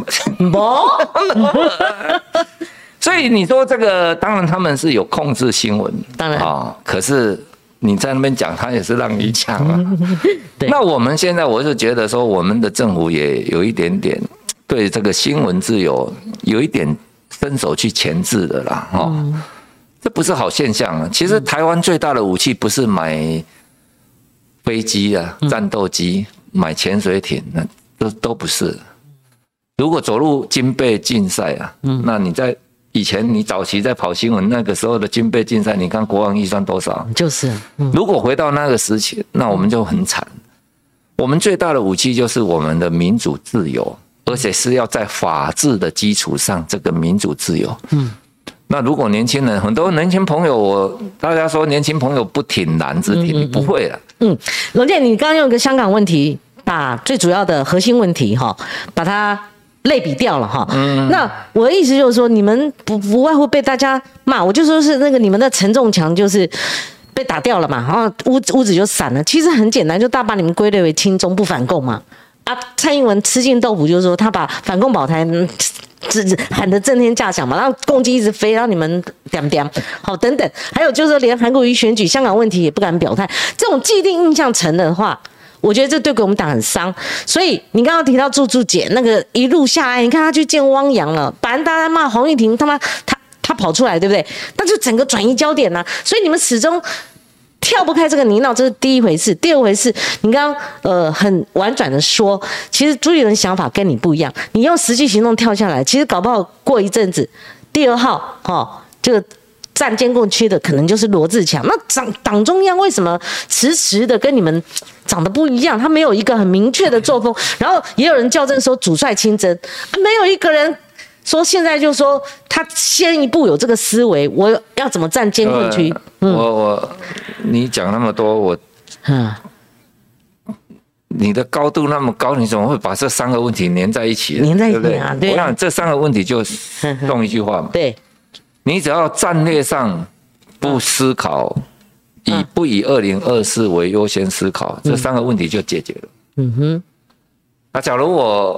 所以你说这个，当然他们是有控制新闻， 当然可是。你在那边讲，他也是让你讲啊。那我们现在，我是觉得说，我们的政府也有一点点对这个新闻自由有一点伸手去钳制的啦，这不是好现象啊。其实台湾最大的武器不是买飞机啊、战斗机、买潜水艇，那都不是。如果走入军备竞赛啊，那你在。以前你早期在跑新闻，那个时候的军备竞赛，你看国防预算多少？ 就是， 如果回到那个时期，那我们就很惨。我们最大的武器就是我们的民主自由，而且是要在法治的基础上，这个民主自由。 那如果年轻人，很多年轻朋友，大家说年轻朋友不挺蓝之挺，不会了。 龙健，你刚刚用一个香港问题，把最主要的核心问题把它类比掉了哈。那我的意思就是说，你们不外乎被大家骂，我就说是那个你们的承重墙就是被打掉了嘛，然后屋子就散了。其实很简单，就大把你们归类为亲中不反共嘛。蔡英文吃尽豆腐，就是说他把反共保台喊得震天价响嘛，然后共机一直飞，让你们点好等等。还有就是说，连韩国瑜选举、香港问题也不敢表态，这种既定印象成的话，我觉得这对国民党很伤。所以你刚刚提到柱姐那个一路下来，你看他去见汪洋了，把人大家骂黄玉婷他跑出来，对不对？那就整个转移焦点啊。所以你们始终跳不开这个泥淖，这是第一回事。第二回事，你刚刚很婉转的说，其实朱立伦想法跟你不一样，你用实际行动跳下来，其实搞不好过一阵子，第2号这个占监控区的可能就是罗智强。那党中央为什么迟迟的跟你们长得不一样？他没有一个很明确的作风，然后也有人校正说主帅亲征，没有一个人说现在就说他先一步有这个思维，我要怎么占监控区？ 你讲那么多，你的高度那么高，你怎么会把这3个问题连在一起？ 连在一起啊，对。 我想这3个问题就用一句话嘛， 对， 你只要战略上不思考，不以2024为优先思考，这3个问题就解决了。那假如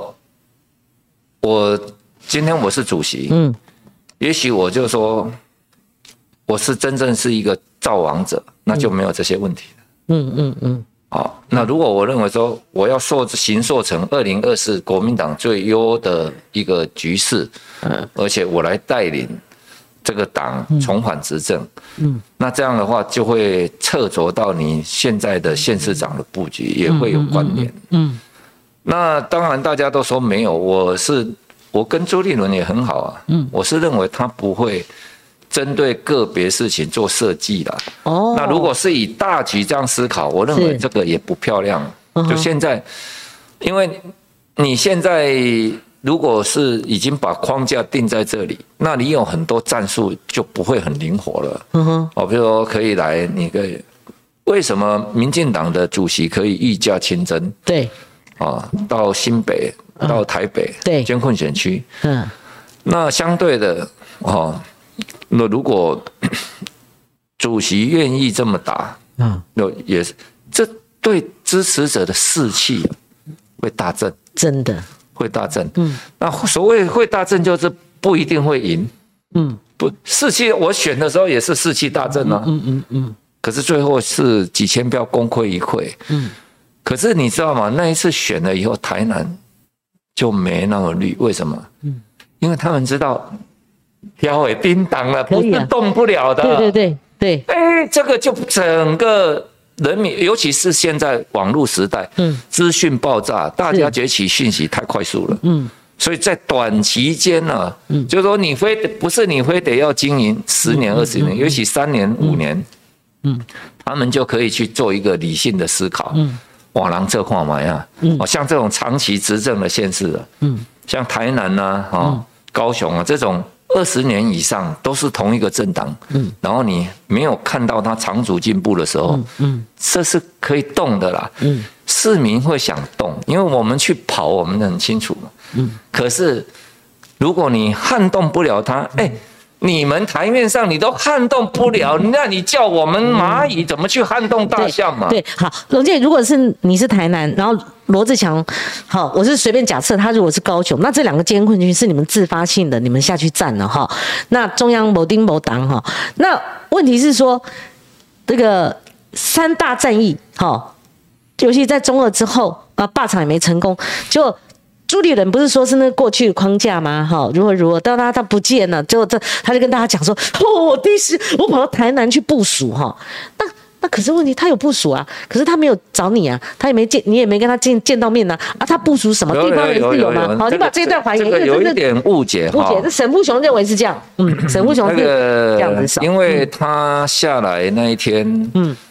我今天我是主席，也许我就说我是真正是一个造王者，那就没有这些问题了。好，那如果我认为说我要形塑成2024国民党最优的一个局势，而且我来带领这个党重返执政，那这样的话就会侧着到你现在的县市长的布局也会有关联。那当然大家都说没有，我跟朱立伦也很好啊，我是认为他不会针对个别事情做设计啦。那如果是以大局这样思考，我认为这个也不漂亮。就现在，因为你现在如果是已经把框架定在这里，那你有很多战术就不会很灵活了。比如说可以来，为什么民进党的主席可以御驾亲征？对，到新北、到台北监控选区。那相对的，那如果主席愿意这么打，也是这对支持者的士气会大振，真的会大振。那所谓会大振，就是不一定会赢。不，士气我选的时候也是士气大振啊。可是最后是几千票功亏一篑。可是你知道吗？那一次选了以后，台南就没那么绿，为什么？因为他们知道。挑尾叮当了，不是动不了的。对，这个就整个人民，尤其是现在网络时代，资讯爆炸，大家崛起讯息太快速了，所以在短期间呢，就是说不是你非得要经营10年、20年，尤其3年、5年，他们就可以去做一个理性的思考。瓦郎这看嘛呀，像这种长期执政的县市像台南啊，高雄啊这种。20年以上都是同一个政党，然后你没有看到它长足进步的时候，这是可以动的啦。市民会想动，因为我们去跑，我们很清楚嘛。可是如果你撼动不了它，你们台面上你都撼动不了，那你叫我们蚂蚁怎么去撼动大象嘛？对， 好，龙健，如果是你是台南，然后罗智强，好，我是随便假设他如果是高雄，那这2个监控区是你们自发性的，你们下去站了哈。那中央某丁某党哈，那问题是说这个3大战役哈，尤其在中2之后罢场也没成功，就。朱立伦不是说是那个过去的框架吗？如何，到他不见了，结果他就跟大家讲说，我跑到台南去部署哈。那可是问题，他有部署啊，可是他没有找你啊，你也没跟他见到面啊。他部署什么地方也是有吗？好，你把这一段还原， 这个有一点误解。 这沈富雄认为是这样，沈富雄是这样子想， 因为他下来那一天，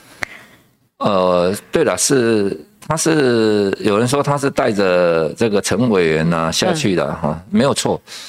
对了，他是有人说他是带着这个陈委员下去的没有错。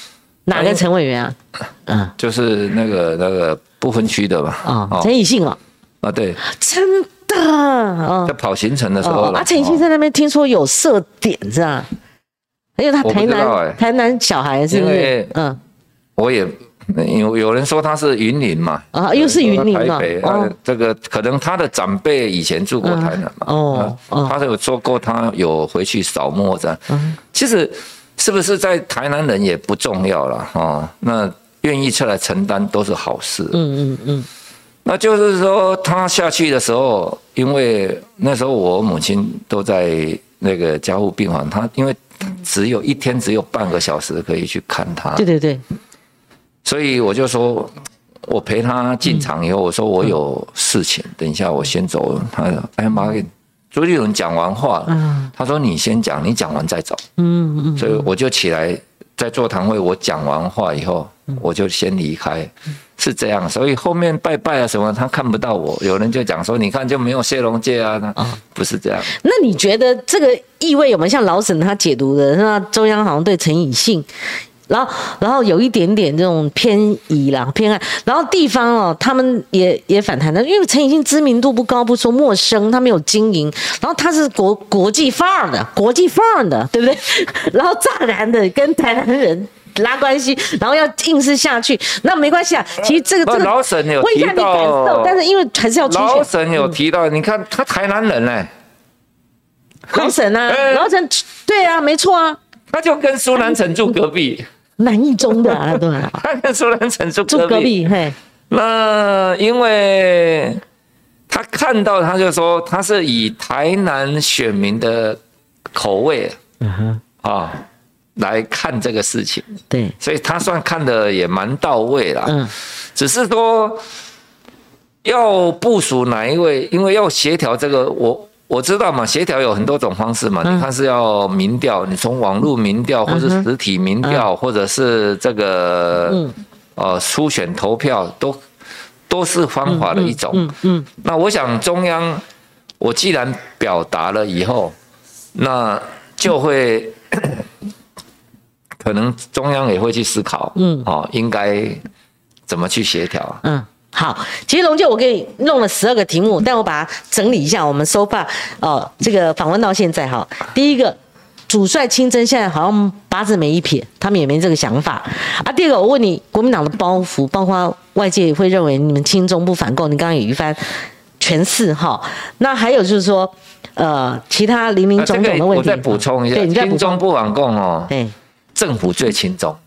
哪个陈委员啊？ 就是那个不分区的嘛。 陈以信哦。 啊，对。 真的。 在跑行程的时候。 陈以信在那边听说有设点是吧？因为他台南小孩是不是？ 我也。有人说他是云林嘛， 又是云林嘛， 台北，这个可能他的长辈以前住过台南嘛，他有说过他有回去扫墓这样，其实是不是在台南人也不重要了那愿意出来承担都是好事，那就是说他下去的时候，因为那时候我母亲都在那个加护病房，他因为一天只有半个小时可以去看他， 对。 所以我就说，我陪他进场以后，我说我有事情，等一下我先走。他说：“哎妈，朱立伦讲完话了，他说你先讲，你讲完再走。”所以我就起来在座谈会，我讲完话以后，我就先离开，是这样。所以后面拜拜啊什么，他看不到我。有人就讲说，你看就没有谢龙介啊，不是这样。 那你觉得这个意味有没有像老沈他解读的？那中央好像对陈以信。然后有一点点这种偏移啦、偏爱，然后地方他们也反弹的，因为陈以信知名度不高，不说陌生，他没有经营，然后他是国际范儿的，对不对？然后乍然的跟台南人拉关系，然后要硬是下去，那没关系啊。其实这个老沈有提到， 问一下你感受，但是因为还是要出选。 老沈有提到，你看他台南人嘞， 老沈啊，老沈对啊，没错啊， 他就跟苏南成住隔壁。 南一中的对吧？ 他跟苏南成住隔壁，嘿。 那因为他看到，他就说他是以台南选民的口味来看这个事情， 对， 所以他算看的也蛮到位啦。只是说要部署哪一位，因为要协调这个我知道嘛，协调有很多种方式嘛。你看是要民调，你从网络民调，或是实体民调，或者是这个初选投票，都是方法的一种。那我想中央，我既然表达了以后，那就会可能中央也会去思考，应该怎么去协调。 好，其实龙介我给你弄了12个题目，但我把它整理一下，我们收发这个访问到现在哈。第一个，主帅亲征现在好像八字没一撇，他们也没这个想法啊。第二个，我问你，国民党的包袱，包括外界会认为你们亲中不反共，你刚刚有一番诠释哈。那还有就是说，其他林林总总的问题， 我再补充一下，亲中不反共对， 政府最亲中。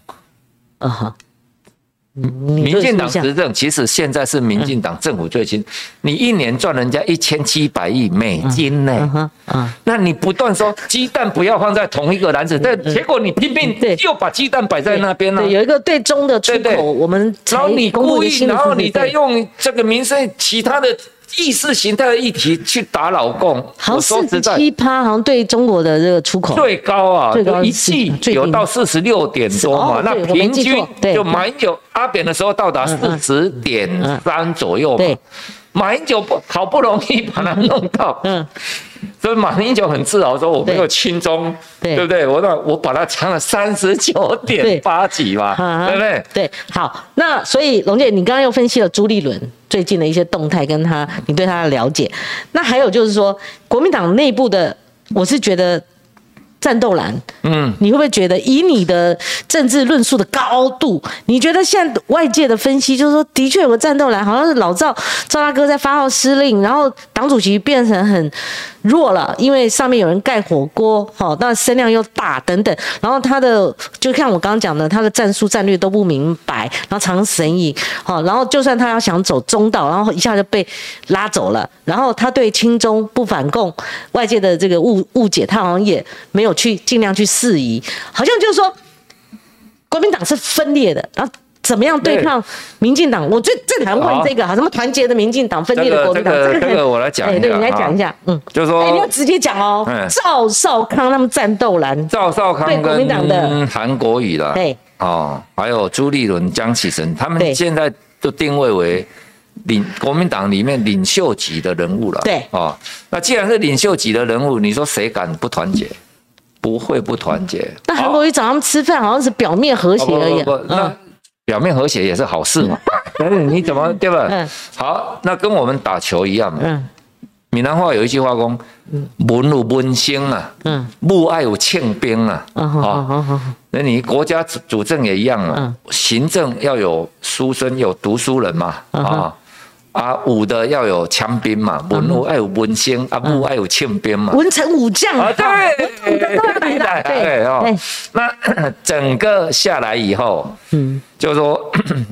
民进党执政，其实现在是民进党政府最亲。你一年赚人家1700亿美金呢，那你不断说鸡蛋不要放在同一个篮子，但结果你拼命又把鸡蛋摆在那边了。 有一个对中的出口，我们然后你故意，然后你再用这个民生其他的意识形态的议题去打老共， 好像47%，好像对中国的这个出口最高啊，一季有到46点多嘛，那平均就马英九阿扁的时候到达40.3左右嘛。马英九好不容易把它弄到，所以马英九很自豪说我没有亲中，对不对？我把它降了39.8几嘛，对不对？ 对，好，那所以龙姐，你刚刚又分析了朱立伦最近的一些动态，跟你对他的了解。那还有就是说，国民党内部的，我是觉得战斗蓝，你会不会觉得以你的政治论述的高度，你觉得现在外界的分析就是说，的确有个战斗蓝，好像是老赵大哥在发号施令，然后党主席变成很弱了，因为上面有人盖火锅，那声量又大等等，然后他的就像我刚刚讲的，他的战术战略都不明白，然后常神隐，然后就算他要想走中道，然后一下就被拉走了，然后他对亲中不反共外界的这个误解，他好像也没有去尽量去释疑，好像就是说国民党是分裂的，然后怎么样对抗民进党？我最常问这个什么团结的民进党，分裂的国民党。 这个我来讲一下， 对，你来讲一下， 就是说， 你要直接讲哦。赵少康他们战斗蓝， 赵少康跟国民党的韩国瑜啦， 对， 还有朱立伦、江启臣，他们现在都定位为国民党里面领袖级的人物了。 对， 那既然是领袖级的人物，你说谁敢不团结？ 不会不团结。 那韩国瑜找他们吃饭，好像是表面和谐而已。 那表面和谐也是好事嘛。但是你怎么对吧？好，那跟我们打球一样嘛。闽南话有一句话讲，文有文声啊，武爱有庆兵啊。那你国家主政也一样嘛，行政要有书生，有读书人嘛，武的要有枪兵嘛，文武爱有文声，武爱有庆兵嘛， 文臣武将啊， 对哦。那整个下来以后，就是说，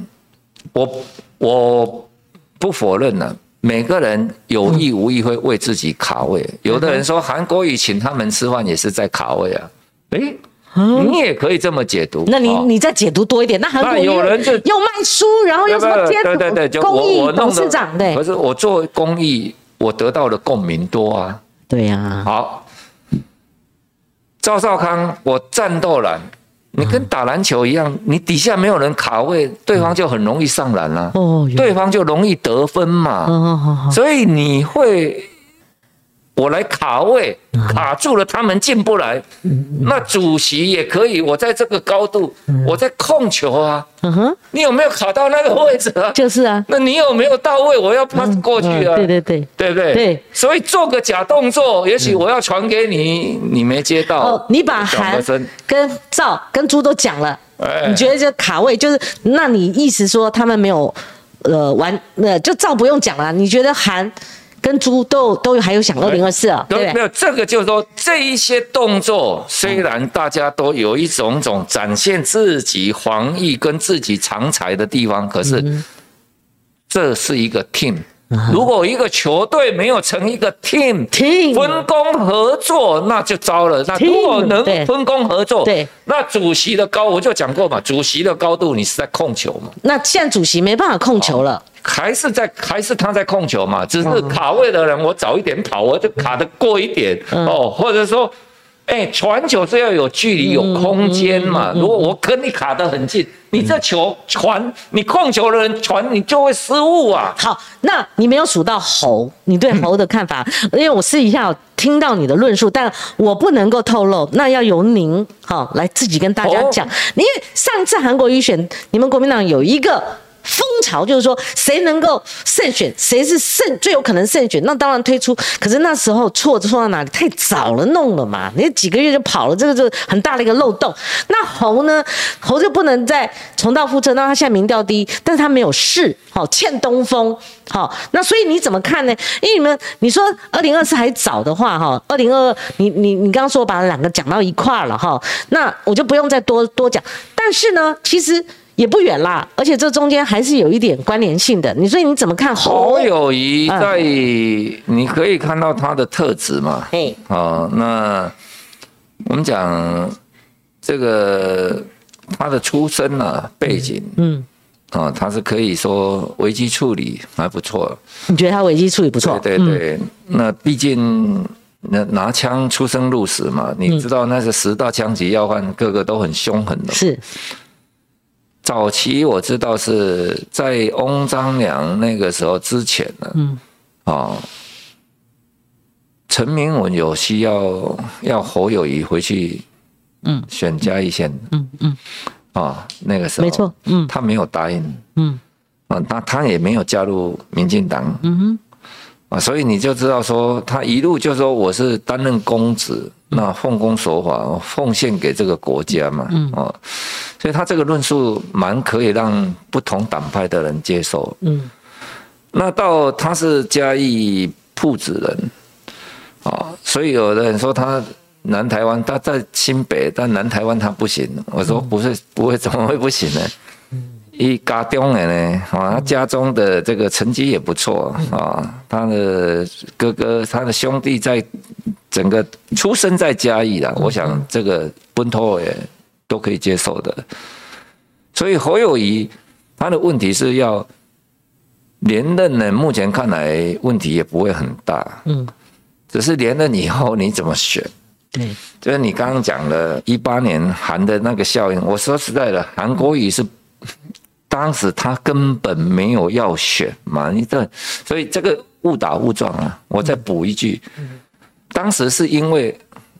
我不否认了。每个人有意无意会为自己卡位，有的人说韩国瑜请他们吃饭也是在卡位啊，你也可以这么解读。 那你再解读多一点，那韩国瑜又卖书，然后又什么对， 公益董事长，对， 可是我做公益，我得到的共鸣多啊。 对呀。 好，赵少康，我战斗蓝。你跟打篮球一样，你底下没有人卡位，对方就很容易上篮了，对方就容易得分嘛。所以你会，我来卡位，卡住了他们进不来，那主席也可以，我在这个高度，我在控球啊。你有没有卡到那个位置啊？ 就是啊。 那你有没有到位？我要 pass 过去啊。 对， 对不对？对。所以做个假动作，也许我要传给你，你没接到。 你把韩跟赵跟朱都讲了，你觉得这卡位就是？那你意思说他们没有就赵不用讲了，你觉得韩跟朱都还有想2024啊？对不对？ 没有，这个就是说这一些动作，虽然大家都有一种展现自己防疫跟自己长才的地方，可是这是一个 team。如果一个球队没有成一个 team 分工合作，那就糟了。那如果能分工合作，那主席的我就讲过嘛，主席的高度你是在控球嘛。 那现在主席没办法控球了。 还是他在控球嘛，只是卡位的人我早一点跑，我就卡得过一点或者说，传球是要有距离、有空间嘛。如果我跟你卡得很近，你这球传，你控球的人传，你就会失误啊。 好，那你没有数到侯，你对侯的看法？因为我私底下有听到你的论述，但我不能够透露，那要由您来自己跟大家讲。因为上次韩国瑜选，你们国民党有一个风潮，就是说谁能够胜选，谁是最有可能胜选，那当然推出。可是那时候错到哪里？太早了弄了嘛，你几个月就跑了，这个就很大的一个漏洞。那侯呢？侯就不能再重蹈覆辙，那他现在民调低，但是他没有势，欠东风。那所以你怎么看呢？因为你说2024还早的话，2022你刚刚说把两个讲到一块了那我就不用再多讲。但是呢，其实也不远啦，而且这中间还是有一点关联性的。所以你怎么看侯友宜在？你可以看到他的特质嘛？那我们讲这个他的出身背景，他是可以说危机处理还不错。 你觉得他危机处理不错？ 对，那毕竟拿枪出生入死嘛，你知道那是10大枪击要犯，个个都很凶狠的。 是。 早期我知道是在翁章梁那个时候之前呢，陈明文有需要侯友宜回去，选嘉义县，那个时候没错， 他没有答应，他也没有加入民进党，所以你就知道说他一路就说我是担任公职，那奉公守法，奉献给这个国家嘛，所以他这个论述蛮可以让不同党派的人接受，那到他是嘉义朴子人，所以有的人说他南台湾，他在新北，但南台湾他不行，我说不会，怎么会不行呢？一家中的呢，他家中的这个成绩也不错他的哥哥、他的兄弟在整个出生在嘉义啦，我想这个本土也都可以接受的。所以侯友宜他的问题是要连任呢，目前看来问题也不会很大，只是连任以后你怎么选？ 对， 就是你刚刚讲的18年韩的那个效应，我说实在的，韩国瑜是。当时他根本没有要选嘛，所以这个误打误撞啊。我再补一句，当时是因为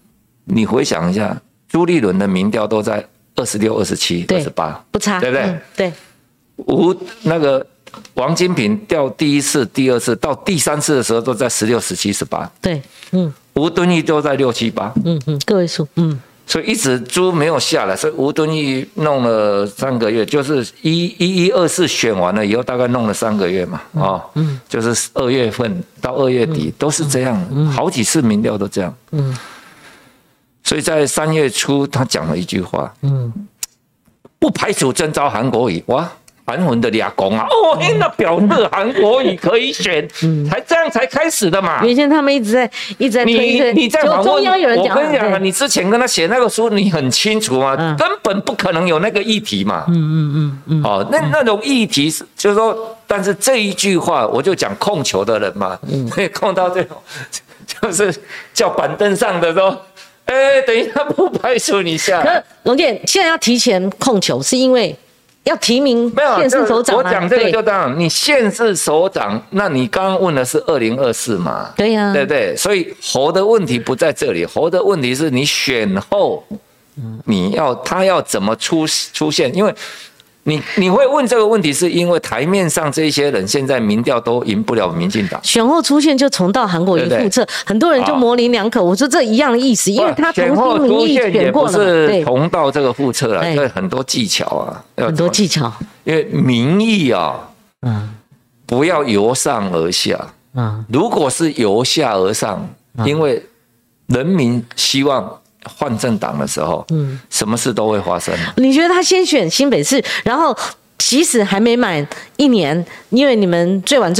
你回想一下，朱立伦的民调都在26、27、28， 不差， 对不对？ 对。 那个王金平掉第一次、第二次到第三次的时候都在16、17、18，对，吴敦义都在6、7、8， 个位数， 所以一直猪没有下来，所以吴敦义弄了3个月，就是1124选完了以后，大概弄了3个月嘛，就是2月份到2月底都是这样，好几次民调都这样，所以在3月初他讲了一句话，不排除征召韩国瑜，哇。韩文的俩公啊，那表示韩国瑜可以选，才这样才开始的嘛。 原先他们一直在推， 你在访问， 中央有人讲， 我跟你讲啊，你之前跟他写那个书，你很清楚嘛，根本不可能有那个议题嘛。那种议题是，就是说，但是这一句话，我就讲控球的人嘛，控到这种，就是叫板凳上的说，等一下不排除你下。 可龙健现在要提前控球，是因为。要提名县市首长， 我讲这个就这样，你县市首长，那你刚刚问的是2024嘛？ 对呀， 对不对？所以侯的问题不在这里，侯的问题是你选后，他要怎么出现？因为你会问这个问题，是因为台面上这些人现在民调都赢不了民进党， 选后出现就重蹈韩国瑜覆辙，很多人就模棱两可。我说这一样的意思，因为他同心民意选过了， 也不是重蹈这个覆辙了，对，很多技巧啊， 很多技巧， 因为民意啊，不要由上而下，如果是由下而上，因为人民希望。换政党的时候，什么事都会发生。 你觉得他先选新北市，然后即使还没满1年，因为你们最晚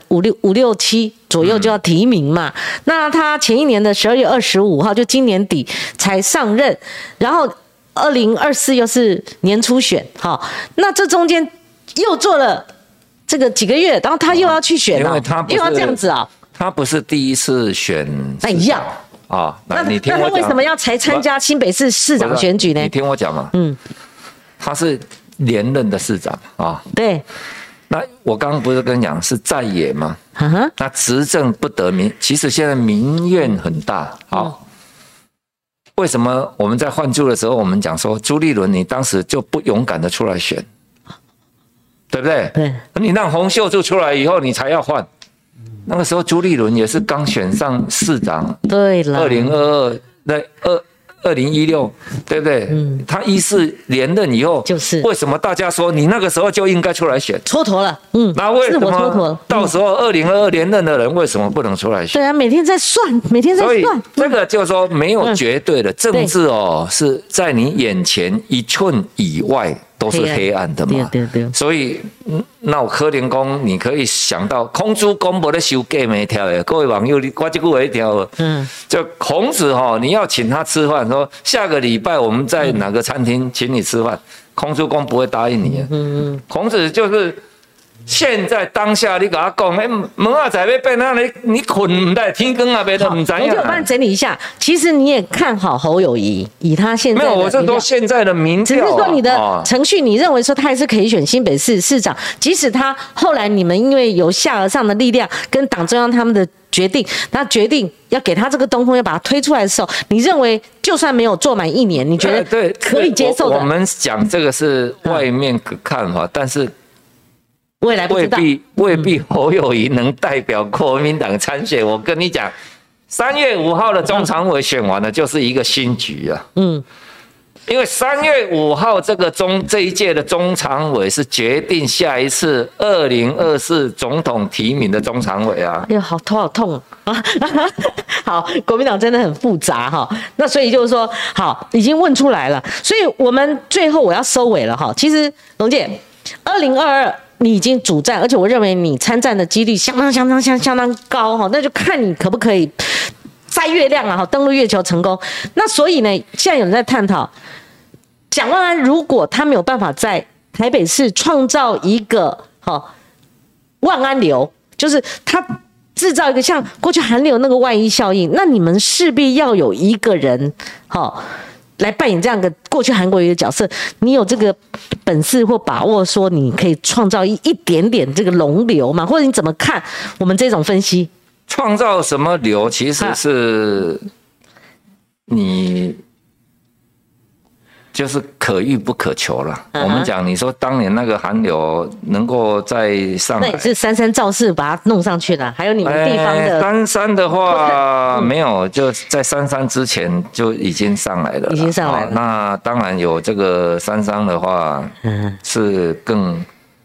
5、6、7左右就要提名嘛，那他前一年的12月25号，就今年底才上任，然后2024又是年初选，那这中间又做了这个几个月，然后他又要去选了，又要这样子啊？ 他不是第一次选， 那一样。 那你听我讲， 那他为什么要才参加新北市市长选举呢？ 你听我讲嘛，他是连任的市长啊。 对。 那我刚刚不是跟你讲是在野吗？那执政不得民，其实现在民怨很大。为什么我们在换柱的时候，我们讲说朱立伦你当时就不勇敢的出来选，对不对？对。你让洪秀柱出来以后，你才要换。那个时候朱立伦也是刚选上市长， 对了 ，2022那2016，对不对？他14连任以后，就是为什么大家说你那个时候就应该出来选？ 蹉跎了， 那为什么到时候2022连任的人为什么不能出来选？ 对啊，每天在算，每天在算。所以这个就是说没有绝对的政治是在你眼前1寸以外。都是黑暗的嘛，对，所以那有可能讲，你可以想到孔子讲没得收假没条的，各位网友，我这句话一条，就孔子你要请他吃饭，说下个礼拜我们在哪个餐厅请你吃饭，孔子公不会答应你，孔子就是。现在当下你跟他讲，门啊在要变，那你困在天光啊，别都唔知呀。 我帮你整理一下，其实你也看好侯友宜，以他现在没有，我是说现在的民调， 只是说你的程序，你认为说他还是可以选新北市市长，即使他后来你们因为由下而上的力量跟党中央他们的决定，他决定要给他这个东风，要把他推出来的时候，你认为就算没有做满1年，你觉得可以接受的？ 我们讲这个是外面的看法，但是。 未来未必侯友宜能代表国民党参选。我跟你讲，3月5号的中常委选完了，就是一个新局啊。因为3月5号这一届的中常委是决定下一次2024总统提名的中常委啊。 哎呦，头好痛啊！好，国民党真的很复杂哈。那所以就是说，好，已经问出来了。所以我们最后我要收尾了哈。其实龙姐，2022。你已经主战，而且我认为你参战的几率相当高哈，那就看你可不可以摘月亮啊，登陆月球成功。那所以呢，现在有人在探讨，蒋万安如果他没有办法在台北市创造一个万安流，就是他制造一个像过去韩流那个万一效应，那你们势必要有一个人来扮演这样的过去韩国瑜的角色，你有这个本事或把握说你可以创造一点点这个龙流吗？或者你怎么看我们这种分析？ 创造什么流其实是你就是可遇不可求了。我们讲，你说当年那个寒流能够在上海， 那也是三山造势把它弄上去了。还有你们地方的三山的话没有，就在三山之前就已经上来了， 已经上来了。 那当然有这个三山的话，是更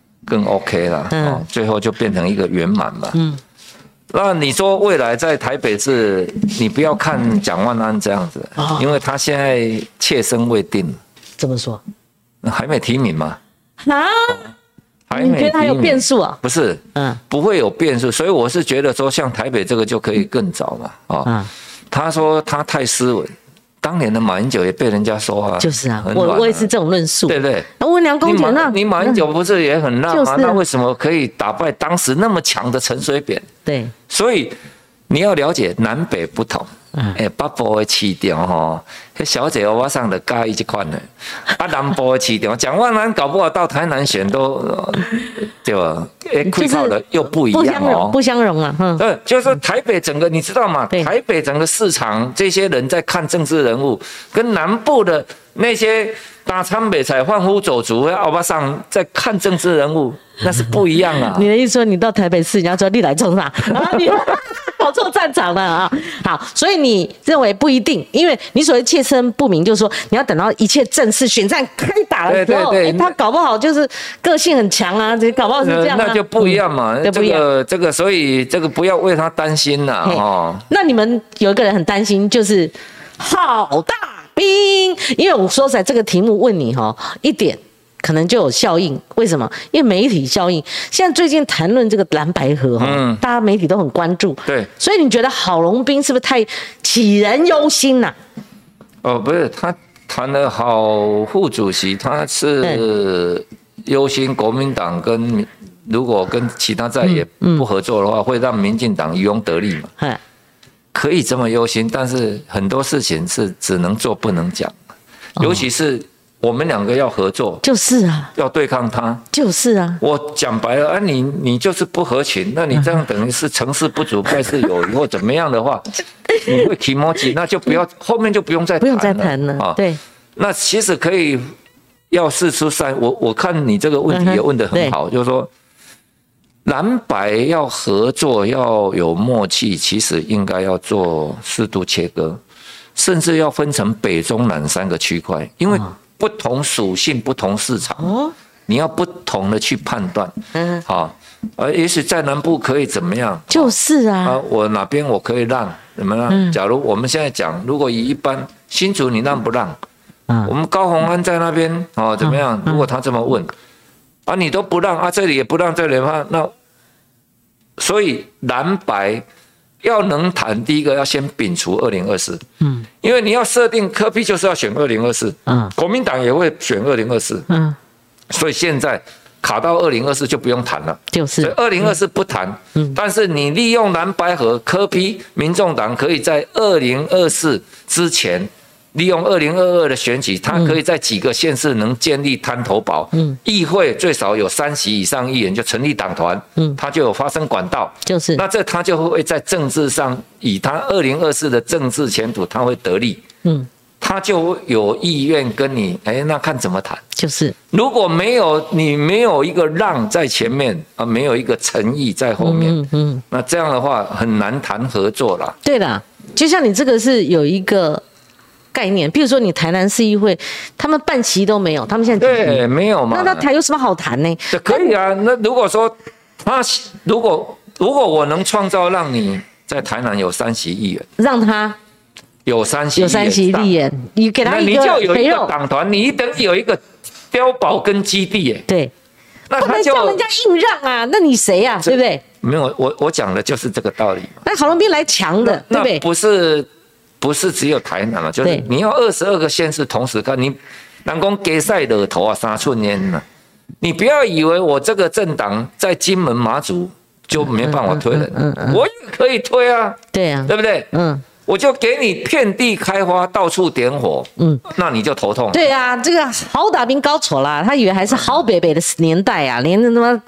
OK 了。最后就变成一个圆满嘛。那你说未来在台北市，你不要看蒋万安这样子，因为他现在切身未定。 怎么说？ 还没提名吗？ 你觉得他有变数啊？ 不是，不会有变数。所以我是觉得说，像台北这个就可以更早嘛。他说他太斯文。当年的马英九也被人家说啊， 就是啊，我也是这种论述， 对不对？ 那温良恭俭让， 你马英九不是也很烂吗？那为什么可以打败当时那么强的陈水扁？ 对， 所以你要了解南北不同。北部的市场吼，那小姐我上的加一款的，南部的市场，蒋万安搞不好到台南选都对吧？会靠的又不一样哦， 不相容啊。 对，就是台北整个你知道吗？台北整个市场，这些人在看政治人物，跟南部的那些打参北彩、贩夫走卒、奥巴桑在看政治人物，那是不一样啊。 你的意思说，你到台北市，人家说你来冲啥？你跑错战场了啊！好，所以你认为不一定，因为你所谓切身不明，就是说你要等到一切正式选战开打的时候，他搞不好就是个性很强啊，搞不好是这样啊， 那就不一样嘛。这个，所以这个不要为他担心啦。 那你们有一个人很担心，就是郝大兵，因为我说实在这个题目问你一点。可能就有效应，为什么？因为媒体效应。现在最近谈论这个蓝白合大家媒体都很关注。 对， 所以你觉得郝龙斌是不是太杞人忧心呐？ 不是，他谈的郝副主席，他是忧心国民党如果跟其他在野不合作的话，会让民进党渔翁得利嘛。可以这么忧心，但是很多事情是只能做不能讲，尤其是。我们两个要合作， 就是啊， 要对抗他， 就是啊。 我讲白了你就是不合群，那你这样等于是成事不足败事有余，或怎么样的话，你会起摩羯，那就不要后面就不用再谈了啊。对， 那其实可以要释出善，我看你这个问题也问得很好，就是说蓝白要合作要有默契，其实应该要做适度切割，甚至要分成北中南3个区块，因为。不同属性、不同市场，你要不同的去判断。也许在南部可以怎么样？ 就是啊， 我哪边我可以让怎么样？假如我们现在讲，如果以一般新竹，你让不让？我们高虹安在那边怎么样？如果他这么问，你都不让这里也不让，这里也不让，那所以蓝白。要能谈，第一个要先摒除2024，因为你要设定柯 P 就是要选2024，国民党也会选2024，所以现在卡到2024就不用谈了， 就是所以2024不谈，但是你利用蓝白合柯 P，民众党可以在2024之前。利用2022的选举，他可以在几个县市能建立滩头堡，议会最少有3席以上议员就成立党团，他就有发声管道， 就是那他就会在政治上以他2024的政治前途，他会得利，他就有意愿跟你，那看怎么谈， 就是如果你没有一个让在前面没有一个诚意在后面，那这样的话很难谈合作啦。 对啦，就像你这个是有一个。概念，比如说你台南市议会，他们半席都没有，他们现在对没有嘛？ 那台有什么好谈呢？ 可以啊，那如果说如果我能创造让你在台南有3席议员， 让他有3席议员，你给他一个， 你就有一个党团，你等于有一个碉堡跟基地耶。 对， 那他就叫人家硬让啊，那你谁呀？对不对？ 没有，我讲的就是这个道理嘛。 那郝龙斌来强的，对不对？ 不是只有台南嘛，就是你要22个县市同时看，你人讲加赛的头3寸烟嘛，你不要以为我这个政党在金门马祖就没办法推人，我也可以推啊， 对啊， 对不对？我就给你遍地开花，到处点火，那你就头痛。 对啊，这个郝大兵搞错了，他以为还是郝北北的年代啊，连他妈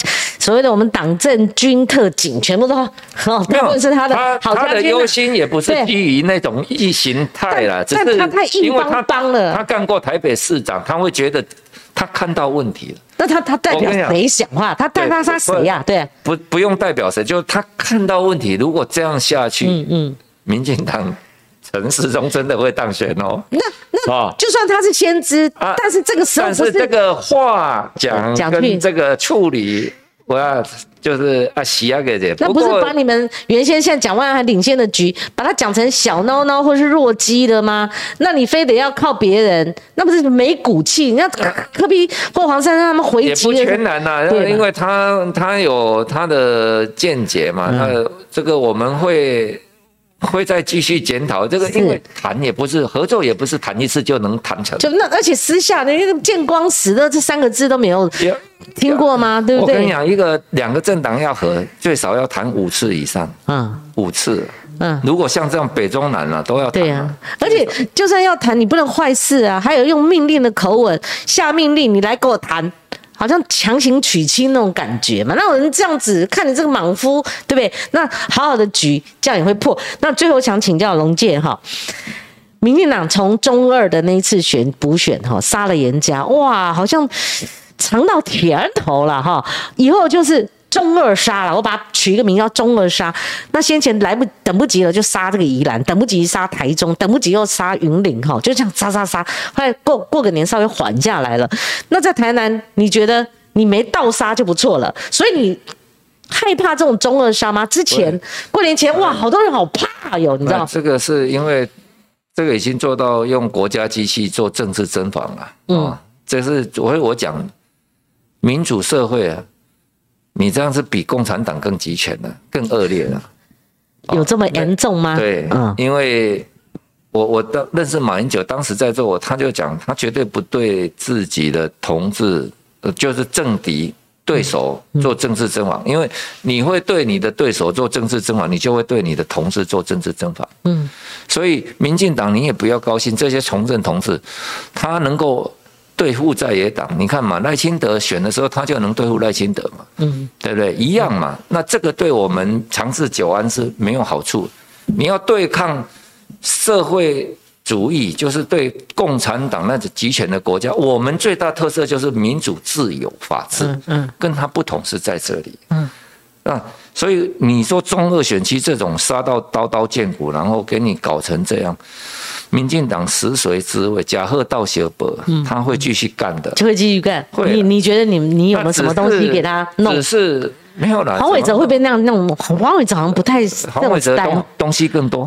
所谓的我们党政军特警全部都大部分是他的好家军。他的忧心也不是基于那种意形态啦，只是他太硬邦邦了。 他干过台北市长，他会觉得他看到问题了。 那他代表谁讲话？他代表他谁呀？对， 不用代表谁，就是他看到问题。如果这样下去，民进党陈时中真的会当选哦。 那就算他是先知，但是这个时候不是这个话讲跟这个处理，我要就是洗给这。 那不是把你们原先现在蒋万安还领先的局，把它讲成小孬孬或是弱鸡的吗？那你非得要靠别人，那不是没骨气？你要柯 P 或黄珊珊他们回击也不全然呐，因为他有他的见解嘛，这个我们会再继续检讨这个，因为谈也不是合作，也不是谈一次就能谈成。 而且私下的见光死的这3个字都没有听过吗？对不对？ 我跟你讲，两个政党要合，最少要谈5次以上。5次。如果像这样北中南都要谈。对啊， 而且就算要谈，你不能坏事啊，还有用命令的口吻下命令，你来跟我谈。好像强行娶亲那种感觉嘛，那有人这样子看你这个莽夫，对不对？那好好的局这样也会破。那最后想请教龙介哈，民进党从中2的那一次补选杀了严家，哇，好像尝到甜头了哈，以后就是中2杀了，我把它取一个名叫中2杀。那先前等不及了，就杀这个宜兰，等不及杀台中，等不及又杀云林哈，就这样杀。后来过个年稍微缓下来了。那在台南，你觉得你没倒杀就不错了，所以你害怕这种中2杀吗？之前过年前哇，好多人好怕哟，你知道？ 这个是因为这个已经做到用国家机器做政治侦防了。这是我讲民主社会啊。你这样是比共产党更集权了，更恶劣了。 有这么严重吗？ 对，因为我认识马英九，当时在座他就讲，他绝对不对自己的同志，就是政敌对手做政治侦防，因为你会对你的对手做政治侦防，你就会对你的同志做政治侦防。所以民进党你也不要高兴，这些从政同志，他能够对付在野党，你看嘛，赖清德选的时候，他就能对付赖清德嘛，对不对？一样嘛。那这个对我们长治久安是没有好处。你要对抗社会主义，就是对共产党那种集权的国家，我们最大特色就是民主、自由、法治，跟它不同是在这里。所以你说中2选区这种杀到刀刀见骨，然后给你搞成这样。民进党食髓知味，假贺到小伯，他会继续干的， 就会继续干。你觉得你有没有什么东西给他弄？ 只是没有啦。 黄伟哲会不会那样弄？黄伟哲好像不太。 黄伟哲东西更多。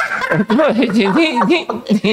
你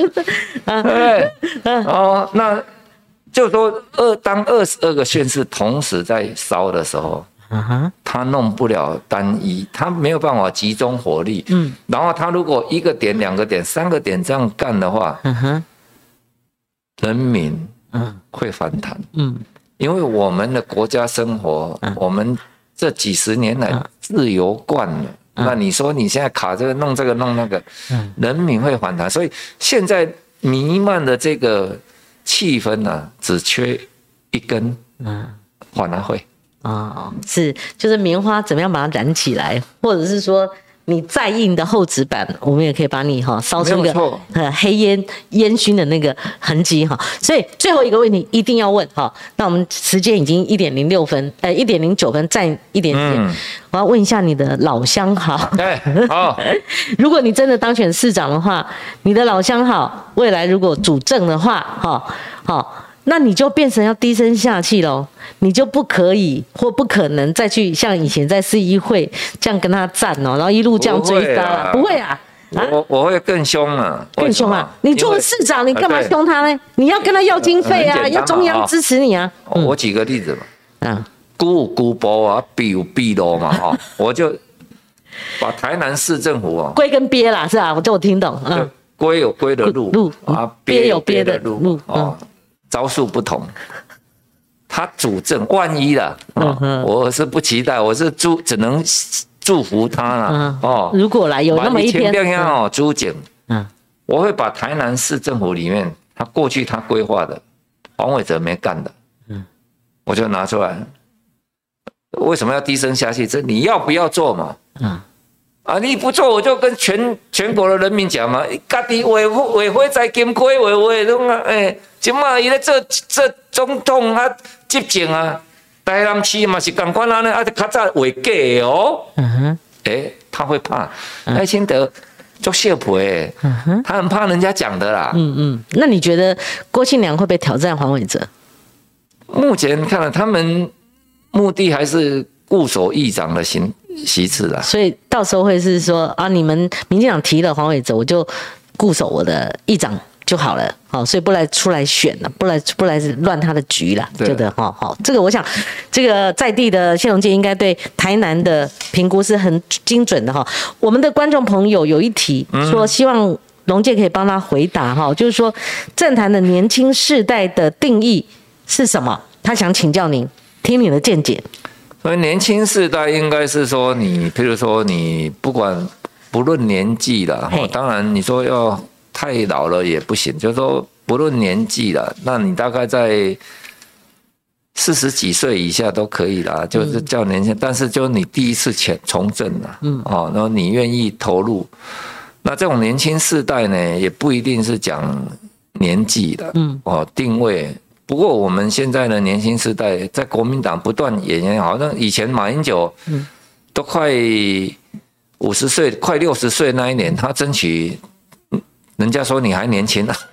那就说当22个县市同时在烧的时候。他弄不了单一，他没有办法集中火力。然后他如果1个点、2个点、3个点这样干的话，人民会反弹。因为我们的国家生活，我们这几十年来自由惯了。那你说你现在卡这个弄这个弄那个，人民会反弹。所以现在弥漫的这个气氛呢，只缺一根，反而会。 就是棉花怎么样把它燃起来，或者是说你再硬的厚纸板，我们也可以把你烧出一个黑烟熏的那个痕迹哈。所以最后一个问题一定要问哈。那我们时间已经1:06分，1:09分，再1点时间，我要问一下你的老相好。 对，好。 如果你真的当选市长的话，你的老相好未来如果主政的话，那你就变成要低声下气咯，你就不可以或不可能再去像以前在市议会这样跟他战然后一路这样追杀了，不会啊。 我会更凶啊， 更凶啊！你做市长，你干嘛凶他呢？你要跟他要经费啊，要中央支持你啊。 我举个例子嘛，孤有孤波啊，弊有弊路嘛，我就把台南市政府龟跟鳖啦，是吧？我听懂。 龟有龟的路鳖有鳖的路招数不同，他主政万一了，我是不期待，我是只能祝福他了。 如果来有那么一天， 朱景，我会把台南市政府里面他过去他规划的黄伟哲没干的，我就拿出来， 为什么要低声下气？这你要不要做嘛？你不做，我就跟全国的人民讲嘛，家己委会在金龟委拢今嘛伊咧做总统啊，执政啊，台南市嘛是同款安尼，较早画假的哦。他会怕赖清德做秀皮，他很怕人家讲的啦。 那你觉得郭庆良会不会挑战黄伟哲？ 目前看来，他们目的还是固守议长的席次啦。所以到时候会是说你们民进党提了黄伟哲，我就固守我的议长就好了，所以不来出来选了，不来乱他的局了，觉得好，这个我想，这个在地的谢龙介应该对台南的评估是很精准的哈。我们的观众朋友有一题说，希望龙介可以帮他回答哈，就是说政坛的年轻世代的定义是什么？他想请教您，听你的见解。 所以年轻世代应该是说你，譬如说你不论年纪啦，当然你说要太老了也不行，就是说不论年纪啦，那你大概在40几岁以下都可以啦，就是叫年轻，但是就是你第一次从政啦，然后你愿意投入，那这种年轻世代呢，也不一定是讲年纪的，定位。不过我们现在的年轻世代在国民党不断演，好像以前马英九都快50岁、快60岁那一年，他争取。人家说你还年轻啊，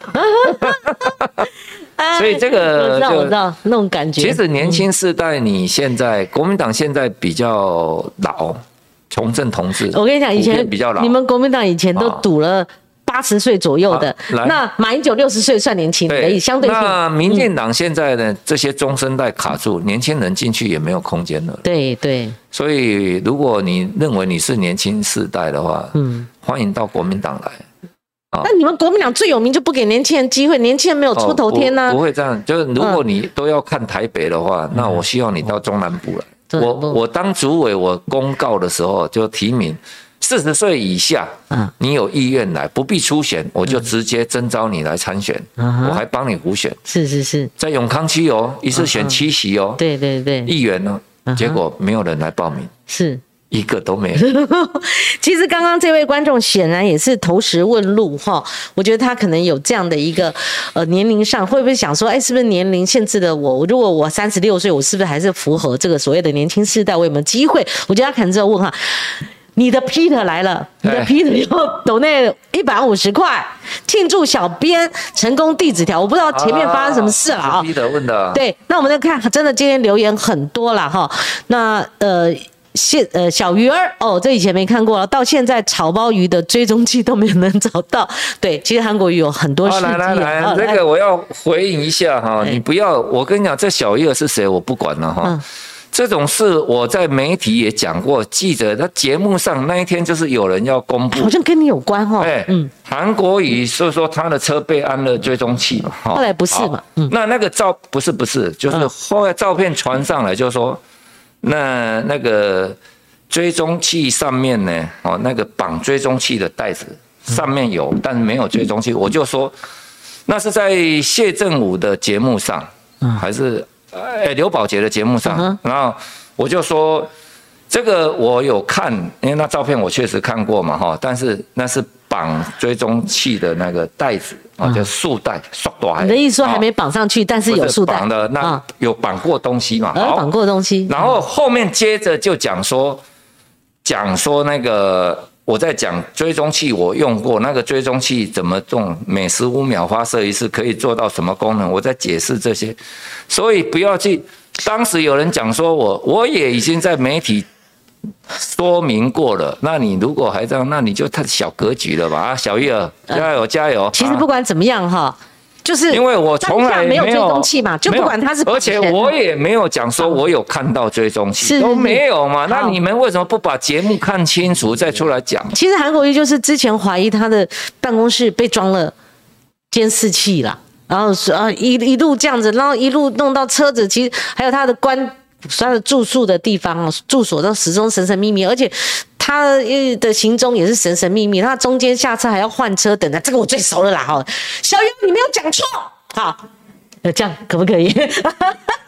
所以这个我知道那种感觉。 其实年轻世代，你现在国民党现在比较老，从政同志。 我跟你讲，以前比较老， 你们国民党以前都赌了80岁左右的，那马英九60岁算年轻的，相对性。 那民进党现在呢，这些中生代卡住，年轻人进去也没有空间了。 对。 所以如果你认为你是年轻世代的话，欢迎到国民党来。 那你们国民党最有名就不给年轻人机会，年轻人没有出头天呢？ 不会这样，就是如果你都要看台北的话，那我希望你到中南部来。我当主委，我公告的时候就提名40岁以下，你有意愿来，不必初选，我就直接征召你来参选，我还帮你胡选。 是， 在永康区一次选7席对， 议员呢，结果没有人来报名。 是。 一个都没有。 其实刚刚这位观众显然也是投石问路哈，我觉得他可能有这样的一个年龄上会不会想说，是不是年龄限制了我？如果我36岁，我是不是还是符合这个所谓的年轻世代？我有没有机会？我觉得他可能只有问哈。你的 Peter 来了，你的 Peter 又抖内150块庆祝小编成功递纸条，我不知道前面发生什么事了啊。 Peter 问的。 对，那我们再看，真的今天留言很多了哈。那小鱼儿这以前没看过了，到现在草包鱼的追踪器都没有能找到。对，其实韩国瑜有很多事迹。 来，这个我要回应一下哈，你不要，我跟你讲，这小鱼儿是谁我不管了哈。这种事我在媒体也讲过，记者他节目上那一天就是有人要公布， 好像跟你有关哈。 韩国瑜说他的车被安了追踪器嘛， 后来不是嘛？ 那个不是，就是后来照片传上来，就说。那个追踪器上面呢，那个绑追踪器的带子上面有，但是没有追踪器。我就说，那是在谢振武的节目上，还是刘宝杰的节目上？然后我就说，这个我有看，因为那照片我确实看过嘛，但是那是绑追踪器的那个带子。就束带，束带。 你的意思说还没绑上去，但是有束带绑的，那有绑过东西嘛？ 绑过东西。 然后后面接着就讲说那个我在讲追踪器，我用过那个追踪器怎么用，每15秒发射一次，可以做到什么功能？我在解释这些，所以不要去。当时有人讲说我也已经在媒体。说明过了，那你如果还这样，那你就太小格局了吧？小玉儿，加油！ 其实不管怎么样哈，就是因为我从来没有追踪器嘛，就不管他是， 而且我也没有讲说我有看到追踪器，都没有嘛。那你们为什么不把节目看清楚再出来讲？ 其实韩国瑜就是之前怀疑他的办公室被装了监视器啦，然后一路这样子，然后一路弄到车子，其实还有他的他的住宿的地方住所都始终神神秘秘，而且他的行踪也是神神秘秘，他中间下车还要换车等的，这个我最熟了啦哈。小优你没有讲错，好，这样可不可以？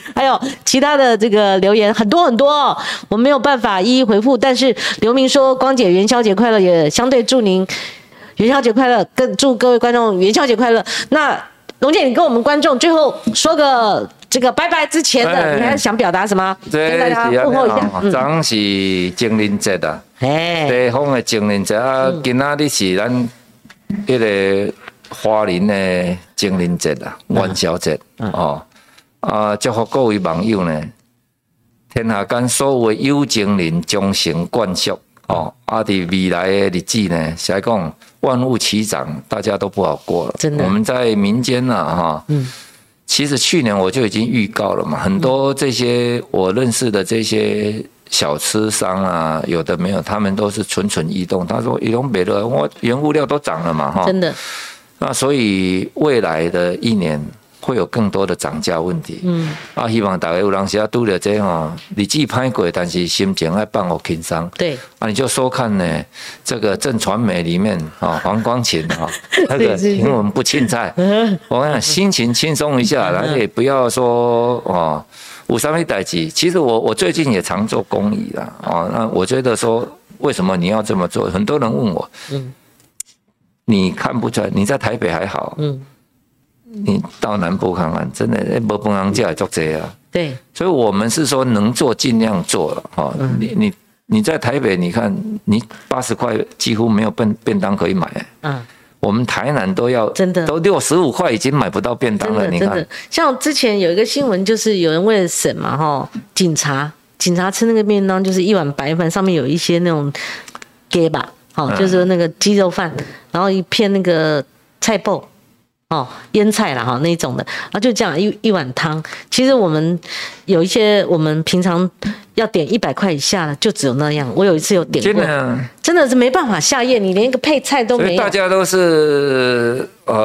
还有其他的这个留言很多很多哦，我没有办法一一回复。但是刘明说，光姐元宵节快乐，也相对祝您元宵节快乐，更祝各位观众元宵节快乐。那龙姐，你跟我们观众最后说个这个拜拜之前的，你还想表达什么？跟大家问候一下。 昨是情人节啊，地方的情人节啊，今仔日是咱迄个花莲的情人节啦，元宵节哦。祝福各位网友呢，天下间所有的有情人终成眷属哦。伫未来的日子呢，实在讲万物齐涨，大家都不好过了。真的，我们在民间啊，其实去年我就已经预告了嘛，很多这些我认识的这些小吃商啊，有的没有，他们都是蠢蠢欲动。他说：“移动别的，我原物料都涨了嘛，哈。”真的。那所以未来的一年会有更多的涨价问题。希望大家有当时拄到这日子歹过，但是心情要放好轻松。对。你就收看呢，这个正传媒里面黄光芹那个新闻不青菜，我看心情轻松一下，然后也不要说有什么代志。其实我最近也常做公益啦，那我觉得说为什么你要这么做？很多人问我，你看不出来，你在台北还好，你到南部看看，真的没饭人吃也足多啊。对，所以我们是说能做尽量做了。你在台北，你看你80块几乎没有便当可以买。我们台南都要真的都65块，已经买不到便当了。你看，真的像之前有一个新闻，就是有人为了省嘛，警察吃那个便当，就是一碗白饭，上面有一些那种给吧，就是那个鸡肉饭，然后一片那个菜脯。腌菜啦，那种的，然后就这样一碗汤。其实我们有一些，我们平常要点100块以下的，就只有那样。我有一次有点过，真的是没办法下咽，你连一个配菜都没有。所以大家都是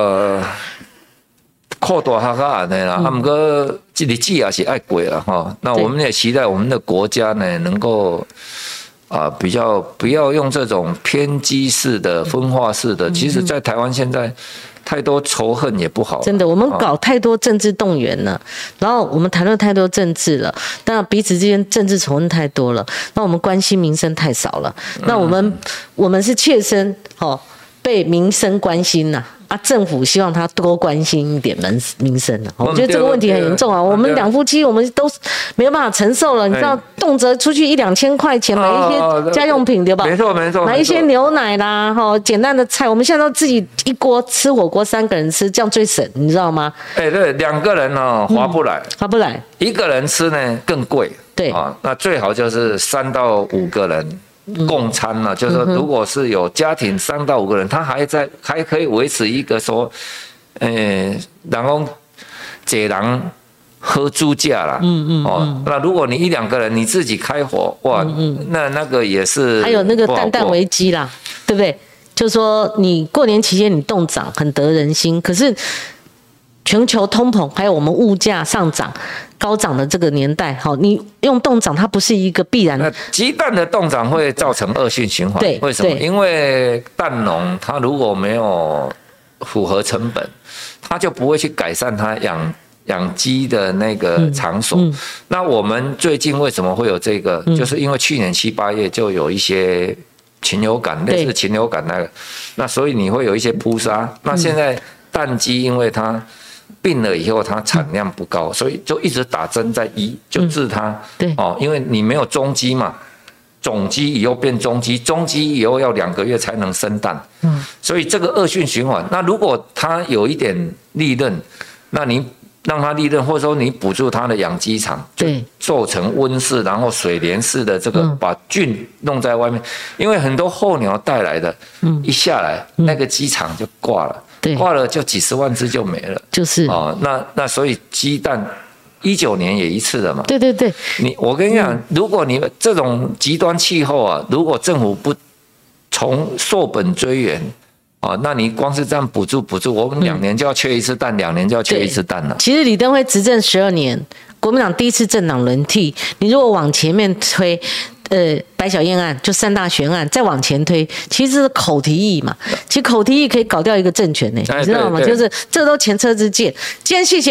扩大下下的啦，不过日子也是爱过了哈。那我们也期待我们的国家呢，能够比较不要用这种偏激式的、分化式的。其实，在台湾现在。太多仇恨也不好， 真的，我们搞太多政治动员了，然后我们谈论太多政治了，但彼此之间政治仇恨太多了，那我们关心民生太少了，那我们是切身被民生关心呐。政府希望他多关心一点民生啊，我觉得这个问题很严重啊。我们两夫妻，我们都没有办法承受了。你知道，动辄出去1-2千块钱买一些家用品，对吧？ 没错。 买一些牛奶啦，简单的菜，我们现在都自己一锅吃火锅，3个人吃，这样最省，你知道吗？对 ，2个人划不来，1个人吃呢更贵。对那最好就是3到5个人。共餐了，就是说，如果是有家庭3到5个人，他还可以维持一个说，然后几人喝猪价啦，那如果你1-2个人你自己开火，哇，那个也是还有那个蛋危机啦，对不对？就是说你过年期间你冻涨很得人心，可是全球通膨还有我们物价上涨。高涨的这个年代，你用冻涨，它不是一个必然。 那鸡蛋的冻涨会造成恶性循环。对，为什么？因为蛋农他如果没有符合成本，他就不会去改善他养鸡的那个场所。那我们最近为什么会有这个？就是因为去年7、8月就有一些禽流感，类似禽流感那个，那所以你会有一些扑杀。那现在蛋鸡因为它病了以后，它产量不高，所以就一直打针在就治它。对因为你没有中鸡嘛，种鸡以后变中鸡，中鸡以后要2个月才能生蛋。所以这个恶性循环。那如果它有一点利润，那你让它利润，或者说你补助它的养鸡场，就做成温室，然后水帘式的这个，把菌弄在外面，因为很多候鸟带来的，一下来那个鸡场就挂了。挂了就几十万只就没了，就是那所以鸡蛋19年也一次了嘛。对，我跟你讲，如果你这种极端气候啊，如果政府不从溯本追源那你光是这样补助，我们2年就要缺一次蛋，2年就要缺一次蛋了。 其实李登辉执政12年，国民党第一次政党轮替，你如果往前面推。白小燕案就3大悬案，再往前推，其实是口提议嘛。其实口提议可以搞掉一个政权呢，你知道吗？就是这都前车之鉴。今天谢谢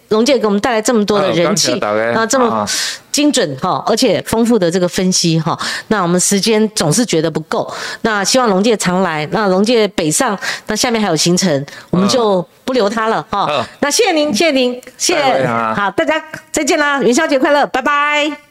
龙介给我们带来这么多的人气，这么精准哈，而且丰富的这个分析哈。那我们时间总是觉得不够，那希望龙介常来。那龙介北上，那下面还有行程，我们就不留他了哈。那谢谢您，谢谢您，谢谢。好，大家再见啦，元宵节快乐，拜拜。